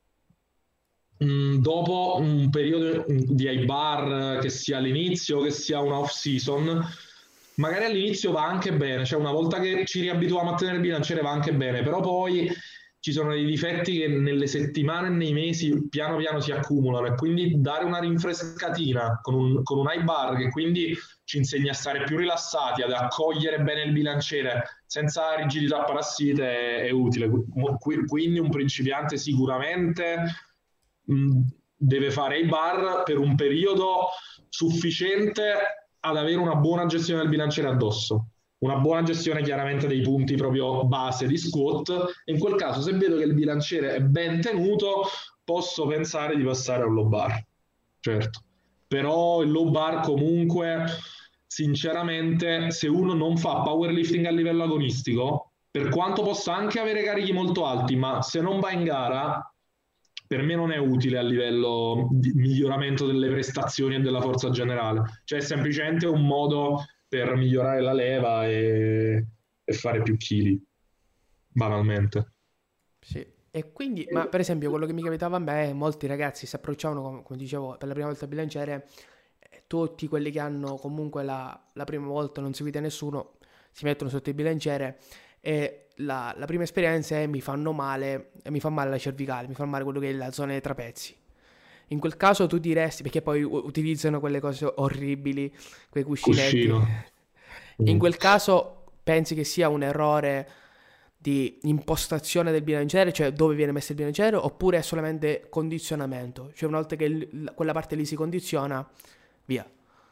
mh, dopo un periodo di high bar, che sia all'inizio, che sia una off season, magari all'inizio va anche bene, cioè una volta che ci riabituiamo a tenere il bilanciere va anche bene, però poi ci sono dei difetti che nelle settimane e nei mesi piano piano si accumulano e quindi dare una rinfrescatina con un, con un high bar che quindi ci insegna a stare più rilassati, ad accogliere bene il bilanciere senza rigidità parassite è, è utile. Quindi un principiante sicuramente mh, deve fare i bar per un periodo sufficiente ad avere una buona gestione del bilanciere addosso, una buona gestione chiaramente dei punti proprio base di squat, e in quel caso se vedo che il bilanciere è ben tenuto posso pensare di passare a un low bar, certo, però il low bar comunque sinceramente se uno non fa powerlifting a livello agonistico, per quanto possa anche avere carichi molto alti, ma se non va in gara per me non è utile a livello di miglioramento delle prestazioni e della forza generale, cioè è semplicemente un modo per migliorare la leva e, e fare più chili, banalmente. Sì. E quindi, ma per esempio, quello che mi capitava a me, molti ragazzi si approcciavano, come, come dicevo, per la prima volta al bilanciere, eh, tutti quelli che hanno comunque la, la prima volta non seguite nessuno, si mettono sotto il bilanciere e la, la prima esperienza è mi fanno male, e mi fa male la cervicale, mi fa male quello che è la zona dei trapezi. In quel caso tu diresti, perché poi u- utilizzano quelle cose orribili, quei cuscinetti, Cuscino. in Mm. quel caso pensi che sia un errore di impostazione del bilanciere, cioè dove viene messo il bilanciere, oppure è solamente condizionamento? Cioè una volta che il- quella parte lì si condiziona, via.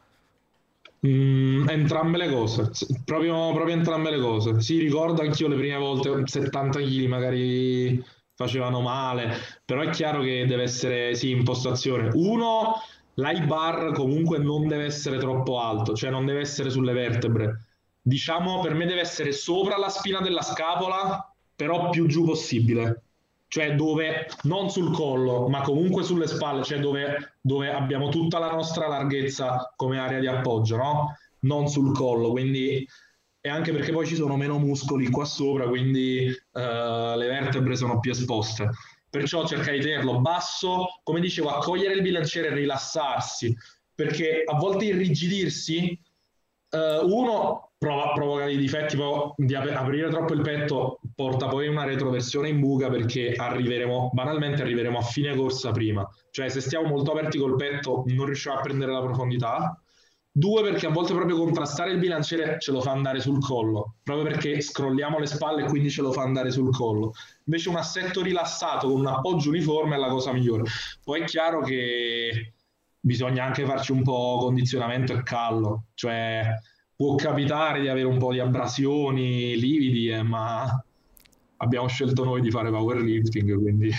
Mm, entrambe le cose, S- proprio, proprio entrambe le cose. Sì, ricordo anch'io le prime volte settanta chili magari facevano male, però è chiaro che deve essere, sì, impostazione. Uno, l'high bar comunque non deve essere troppo alto, cioè non deve essere sulle vertebre. Diciamo, per me deve essere sopra la spina della scapola, però più giù possibile. Cioè dove, non sul collo, ma comunque sulle spalle, cioè dove, dove abbiamo tutta la nostra larghezza come area di appoggio, no? Non sul collo, quindi e anche perché poi ci sono meno muscoli qua sopra, quindi eh, le vertebre sono più esposte. Perciò cerca di tenerlo basso, come dicevo, accogliere il bilanciere e rilassarsi, perché a volte irrigidirsi, eh, uno prova, provoca dei difetti, tipo di ap- aprire troppo il petto porta poi una retroversione in buca perché arriveremo, banalmente arriveremo a fine corsa prima, cioè se stiamo molto aperti col petto non riusciamo a prendere la profondità. Due, perché a volte proprio contrastare il bilanciere ce lo fa andare sul collo, proprio perché scrolliamo le spalle e quindi ce lo fa andare sul collo. Invece un assetto rilassato con un appoggio uniforme è la cosa migliore. Poi è chiaro che bisogna anche farci un po' condizionamento e callo, cioè può capitare di avere un po' di abrasioni, lividi, eh, ma abbiamo scelto noi di fare powerlifting, quindi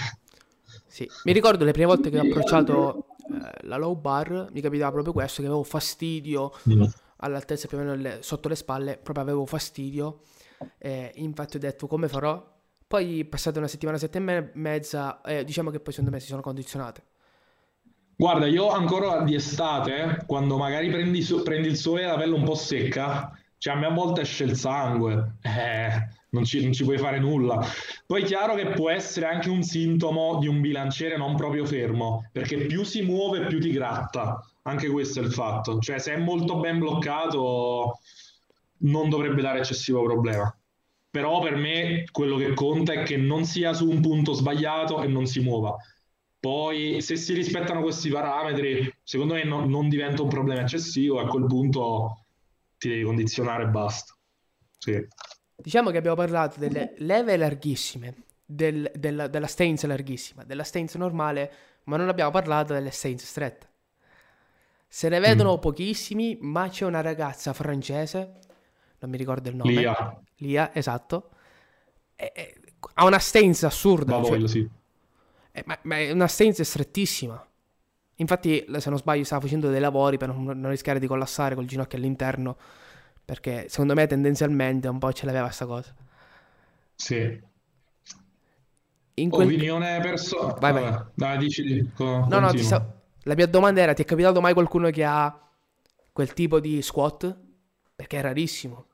Sì, mi ricordo le prime volte che ho approcciato eh, la low bar, mi capitava proprio questo, che avevo fastidio mm. all'altezza più o meno le- sotto le spalle, proprio avevo fastidio, eh, infatti ho detto come farò. Poi passata una settimana, sette e me- mezza, eh, diciamo che poi secondo me si sono condizionate. Guarda, io ancora di estate, quando magari prendi, so- prendi il sole e la pelle un po' secca, cioè a me a volte esce il sangue, eh, non ci, non ci puoi fare nulla. Poi è chiaro che può essere anche un sintomo di un bilanciere non proprio fermo, perché più si muove più ti gratta, anche questo è il fatto. Cioè se è molto ben bloccato non dovrebbe dare eccessivo problema. Però per me quello che conta è che non sia su un punto sbagliato e non si muova. Poi, se si rispettano questi parametri, secondo me no- non diventa un problema eccessivo, e a quel punto ti devi condizionare e basta. Sì. Diciamo che abbiamo parlato delle leve larghissime, del- della, della stance larghissima, della stance normale, ma non abbiamo parlato delle stance strette. Se ne vedono Mm. pochissimi, ma c'è una ragazza francese, non mi ricordo il nome, Lia, Lia, esatto, e- e- ha una stance assurda, cioè, Bavoil, sì. eh, ma, ma è una stance strettissima. Infatti, se non sbaglio, stava facendo dei lavori per non, non rischiare di collassare col ginocchio all'interno, perché secondo me tendenzialmente un po' ce l'aveva sta cosa. Sì. In quel... Opinione personale. Vai, vai. Vabbè, dai, dici, di- co- No, no, ti continua. sta... la mia domanda era, ti è capitato mai qualcuno che ha quel tipo di squat? Perché è rarissimo.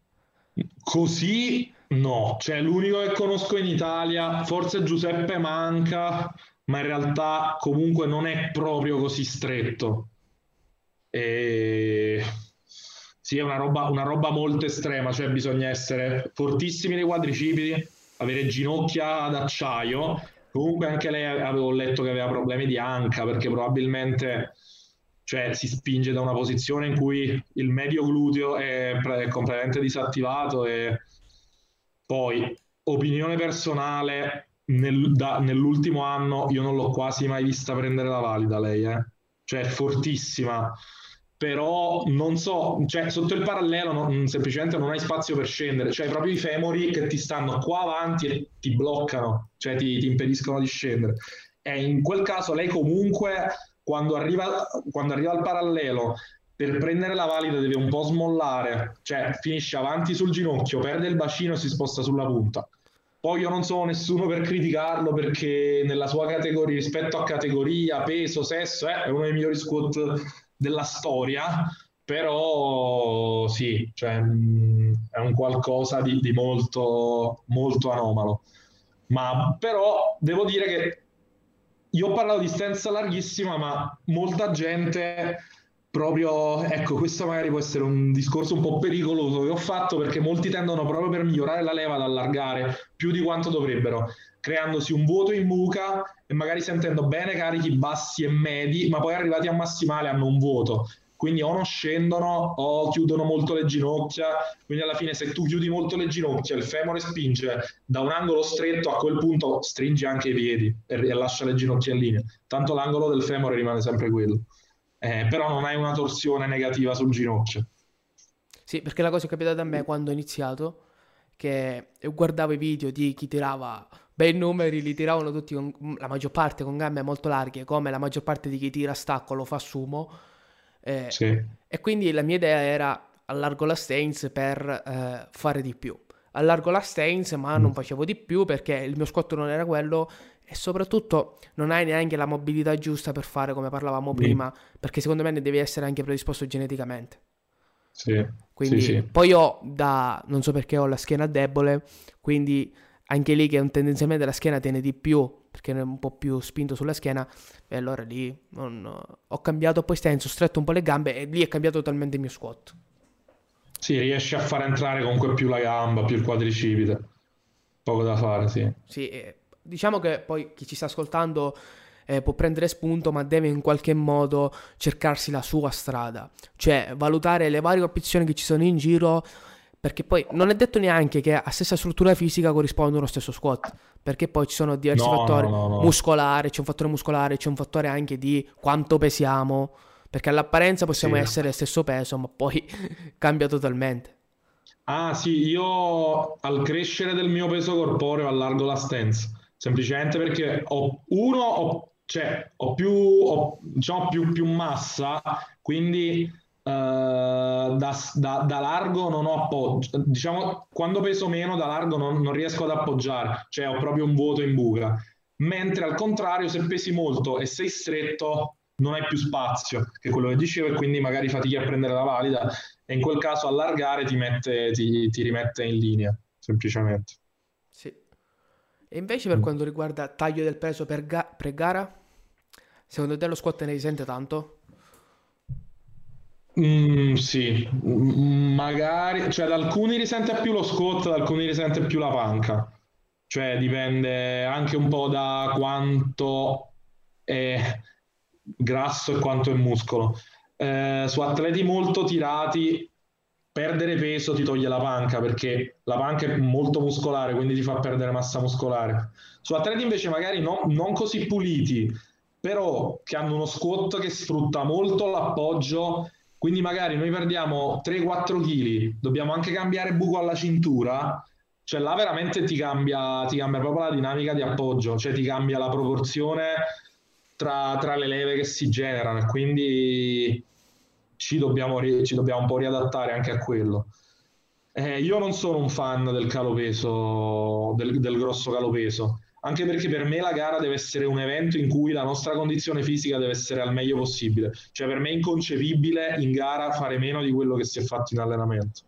Così no, cioè l'unico che conosco in Italia, forse Giuseppe Manca, ma in realtà comunque non è proprio così stretto. E... Sì, è una roba, una roba molto estrema, cioè bisogna essere fortissimi nei quadricipiti, avere ginocchia d'acciaio. Comunque anche lei avevo letto che aveva problemi di anca perché probabilmente cioè, si spinge da una posizione in cui il medio gluteo è, è completamente disattivato e poi, opinione personale, nel- da- nell'ultimo anno io non l'ho quasi mai vista prendere la valida lei, eh. Cioè è fortissima, però non so, cioè sotto il parallelo non- semplicemente non hai spazio per scendere, cioè hai proprio i femori che ti stanno qua avanti e ti bloccano, cioè ti, ti impediscono di scendere. E in quel caso lei comunque, quando arriva, quando arriva al parallelo, per prendere la valida deve un po' smollare, cioè finisce avanti sul ginocchio, perde il bacino e si sposta sulla punta. Poi io non sono nessuno per criticarlo perché nella sua categoria, rispetto a categoria, peso, sesso, eh, è uno dei migliori squat della storia, però sì, cioè, mh, è un qualcosa di, di molto, molto anomalo. Ma però devo dire che io ho parlato di stanza larghissima, ma molta gente proprio, ecco, questo magari può essere un discorso un po' pericoloso che ho fatto perché molti tendono proprio per migliorare la leva ad allargare più di quanto dovrebbero, creandosi un vuoto in buca e magari sentendo bene carichi bassi e medi, ma poi arrivati a massimale hanno un vuoto. quindi o non scendono o chiudono molto le ginocchia, quindi alla fine se tu chiudi molto le ginocchia, il femore spinge da un angolo stretto, a quel punto stringi anche i piedi e, e lascia le ginocchia in linea, tanto l'angolo del femore rimane sempre quello, eh, però non hai una torsione negativa sul ginocchio. Sì, perché la cosa è capitata a me quando ho iniziato, che guardavo i video di chi tirava bei numeri, li tiravano tutti con, la maggior parte con gambe molto larghe, come la maggior parte di chi tira a stacco lo fa a sumo, eh, Sì. e quindi la mia idea era allargo la stance per eh, fare di più. Allargo la stance, ma non facevo di più perché il mio squat non era quello e soprattutto non hai neanche la mobilità giusta per fare come parlavamo Mm. prima, perché secondo me ne devi essere anche predisposto geneticamente. Sì, sì, Quindi sì. poi ho da, non so perché ho la schiena debole, quindi anche lì che tendenzialmente la schiena tiene di più, perché è un po' più spinto sulla schiena, e allora lì non- ho cambiato poi stance, ho stretto un po' le gambe e lì è cambiato totalmente il mio squat. Sì, riesci a far entrare comunque più la gamba, più il quadricipite. Poco da fare, sì. Sì, eh, diciamo che poi chi ci sta ascoltando eh, può prendere spunto, ma deve in qualche modo cercarsi la sua strada, cioè valutare le varie opzioni che ci sono in giro, perché poi non è detto neanche che a stessa struttura fisica corrisponda lo stesso squat, perché poi ci sono diversi No, no, fattori, no, no. muscolare, c'è un fattore muscolare, c'è un fattore anche di quanto pesiamo, perché all'apparenza possiamo Sì. essere stesso peso, ma poi cambia totalmente. Ah, sì, io al crescere del mio peso corporeo allargo la stance, semplicemente perché ho uno, ho, cioè, ho più, ho, diciamo, più, più massa, quindi eh, da, da- da largo non ho appoggio. Diciamo, quando peso meno da largo non, non riesco ad appoggiare, cioè ho proprio un vuoto in buca. Mentre al contrario, se pesi molto e sei stretto, non hai più spazio, che è quello che dicevo, e quindi magari fatichi a prendere la valida e in quel caso allargare ti mette, ti, ti rimette in linea, semplicemente. Sì. E invece per quanto riguarda taglio del peso per ga- pre-gara, secondo te lo squat ne risente tanto? Mm, sì, Mm, magari, cioè da alcuni risente più lo squat, da alcuni risente più la panca, cioè dipende anche un po' da quanto è grasso e quanto è muscolo. Eh, su atleti molto tirati, perdere peso ti toglie la panca perché la panca è molto muscolare, quindi ti fa perdere massa muscolare. Su atleti invece magari no- non così puliti, però che hanno uno squat che sfrutta molto l'appoggio, quindi magari noi perdiamo tre quattro kg, dobbiamo anche cambiare buco alla cintura, cioè là veramente ti cambia, ti cambia proprio la dinamica di appoggio, cioè ti cambia la proporzione tra, tra le leve che si generano e quindi ci dobbiamo, ri- ci dobbiamo un po' riadattare anche a quello. Eh, io non sono un fan del calopeso, del, del grosso calopeso, anche perché per me la gara deve essere un evento in cui la nostra condizione fisica deve essere al meglio possibile. Cioè per me è inconcepibile in gara fare meno di quello che si è fatto in allenamento.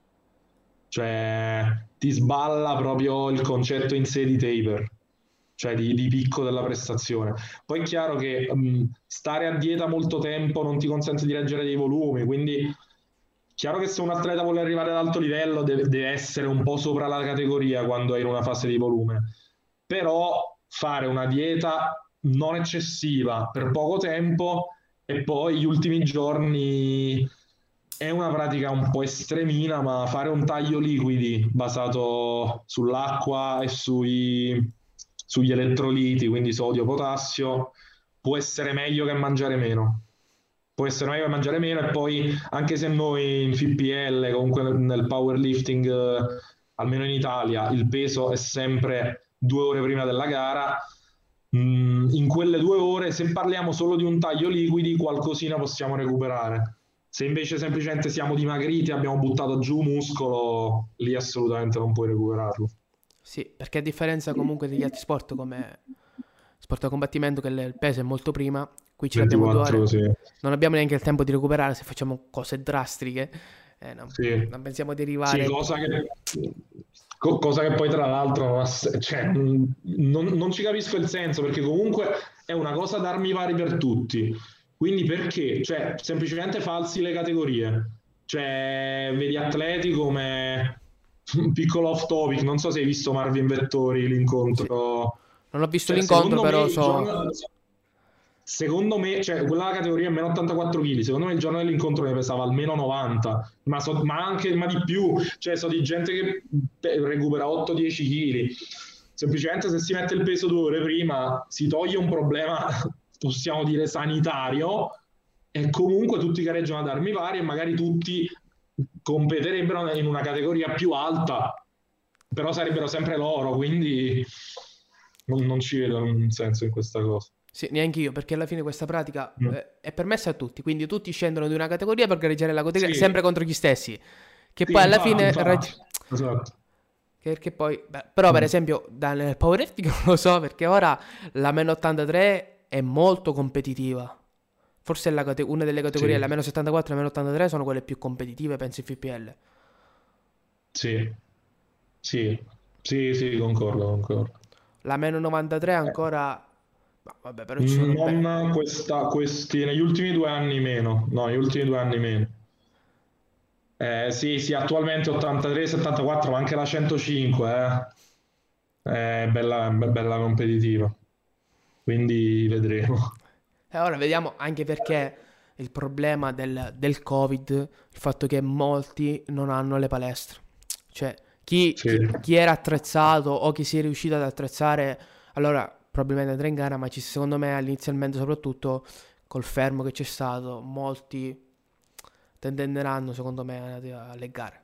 Cioè ti sballa proprio il concetto in sé di taper, cioè di, di picco della prestazione. Poi è chiaro che mh, stare a dieta molto tempo non ti consente di reggere dei volumi, quindi chiaro che se un atleta vuole arrivare ad alto livello deve, deve essere un po' sopra la categoria quando è in una fase di volume, però fare una dieta non eccessiva per poco tempo e poi gli ultimi giorni è una pratica un po' estremina, ma fare un taglio liquidi basato sull'acqua e sui, sugli elettroliti, quindi sodio, potassio, può essere meglio che mangiare meno. Può essere meglio che mangiare meno e poi anche se noi in F P L, comunque nel powerlifting, eh, almeno in Italia, il peso è sempre due ore prima della gara, mh, in quelle due ore, se parliamo solo di un taglio liquidi, qualcosina possiamo recuperare. Se invece semplicemente siamo dimagriti, abbiamo buttato giù muscolo, lì assolutamente non puoi recuperarlo. Sì, perché a differenza comunque degli altri sport come sport da combattimento che il il peso è molto prima, qui ce l'abbiamo due ventiquattro, ore, sì. non abbiamo neanche il tempo di recuperare se facciamo cose drastiche, eh, non, Sì, non pensiamo di sì, arrivare... cosa che, co- cosa che poi tra l'altro non, ha se- cioè, mh, non, non ci capisco il senso perché comunque è una cosa ad armi pari per tutti. Quindi perché? Cioè, semplicemente falsi le categorie. Cioè, vedi atleti come un piccolo off topic, non so se hai visto Marvin Vettori, Sì. l'incontro. Non ho visto Cioè, l'incontro, secondo me però il so... giorno, secondo me, cioè quella categoria è meno ottantaquattro chili, secondo me il giorno dell'incontro ne pesava almeno novanta, ma, so, ma anche ma di più, cioè so di gente che recupera otto dieci chili. Semplicemente se si mette il peso due ore prima si toglie un problema, possiamo dire, sanitario, e comunque tutti gareggiano ad armi pari e magari tutti competerebbero in una categoria più alta, però sarebbero sempre loro, quindi non, non ci vedo un senso in questa cosa. Sì, neanche io, perché alla fine questa pratica Mm. eh, è permessa a tutti, quindi tutti scendono di una categoria per gareggiare la categoria Sì, sempre contro gli stessi, che sì, poi alla infatti, fine... infatti. raggi- Esatto. che, che poi... beh, però per Mm. esempio dal powerlifting non lo so, perché ora la meno ottantatré è molto competitiva. Forse è la cate- una delle categorie, Sì, la meno settantaquattro e la meno ottantatré sono quelle più competitive, penso in F P L. sì, sì, sì, sì, concordo, concordo. La meno novantatré Eh, ancora... ma vabbè, però ci sono... beh, Non questa, questi, negli ultimi due anni meno, no, negli ultimi due anni meno. Eh, sì, sì, attualmente ottantatré settantaquattro, ma anche la centocinque, eh, è bella, be- bella competitiva, quindi vedremo. E ora vediamo anche perché il problema del, del Covid, il fatto che molti non hanno le palestre. Cioè, chi, Sì, chi- chi era attrezzato o chi si è riuscito ad attrezzare, allora probabilmente andrà in gara, ma ci, secondo me inizialmente soprattutto col fermo che c'è stato, molti tenderanno secondo me a- alle gare.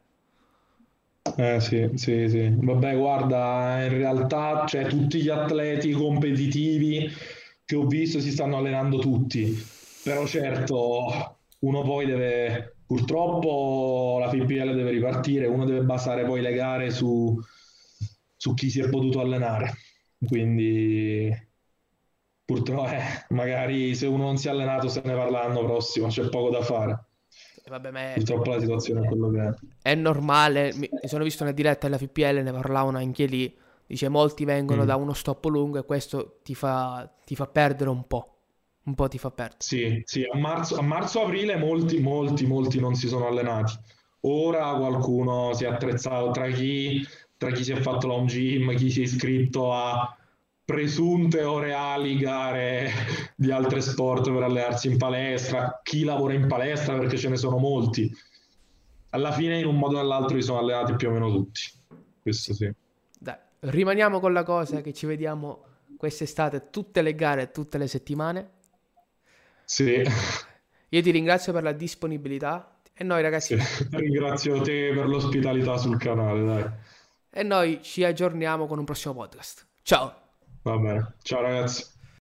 eh, sì, sì, sì. Vabbè, guarda, in realtà, cioè, tutti gli atleti competitivi che ho visto si stanno allenando tutti, però certo, uno poi deve, purtroppo la F P L deve ripartire, uno deve basare poi le gare su, su chi si è potuto allenare, quindi purtroppo, eh, magari se uno non si è allenato se ne parla l'anno prossimo, c'è poco da fare. E vabbè, ma è, Purtroppo la situazione è quello che è. è normale, mi, mi sono visto una diretta della F P L, ne parlavano anche lì, dice molti vengono da Mm. uno stop lungo e questo ti fa, ti fa perdere un po', un po' ti fa perdere. Sì, sì, a marzo, a marzo-aprile molti, molti, molti non si sono allenati. Ora qualcuno si è attrezzato tra chi, tra chi si è fatto l'home gym, chi si è iscritto a presunte o reali gare di altri sport per allenarsi in palestra, chi lavora in palestra perché ce ne sono molti. Alla fine, in un modo o nell'altro, si sono allenati più o meno tutti. Sì. Questo sì. Dai, rimaniamo con la cosa che ci vediamo quest'estate, tutte le gare, tutte le settimane. Sì, Io ti ringrazio per la disponibilità e noi sì. ragazzi, Ringrazio te per l'ospitalità sul canale, dai. e noi ci aggiorniamo con un prossimo podcast. Ciao! Va bene. Ciao ragazzi.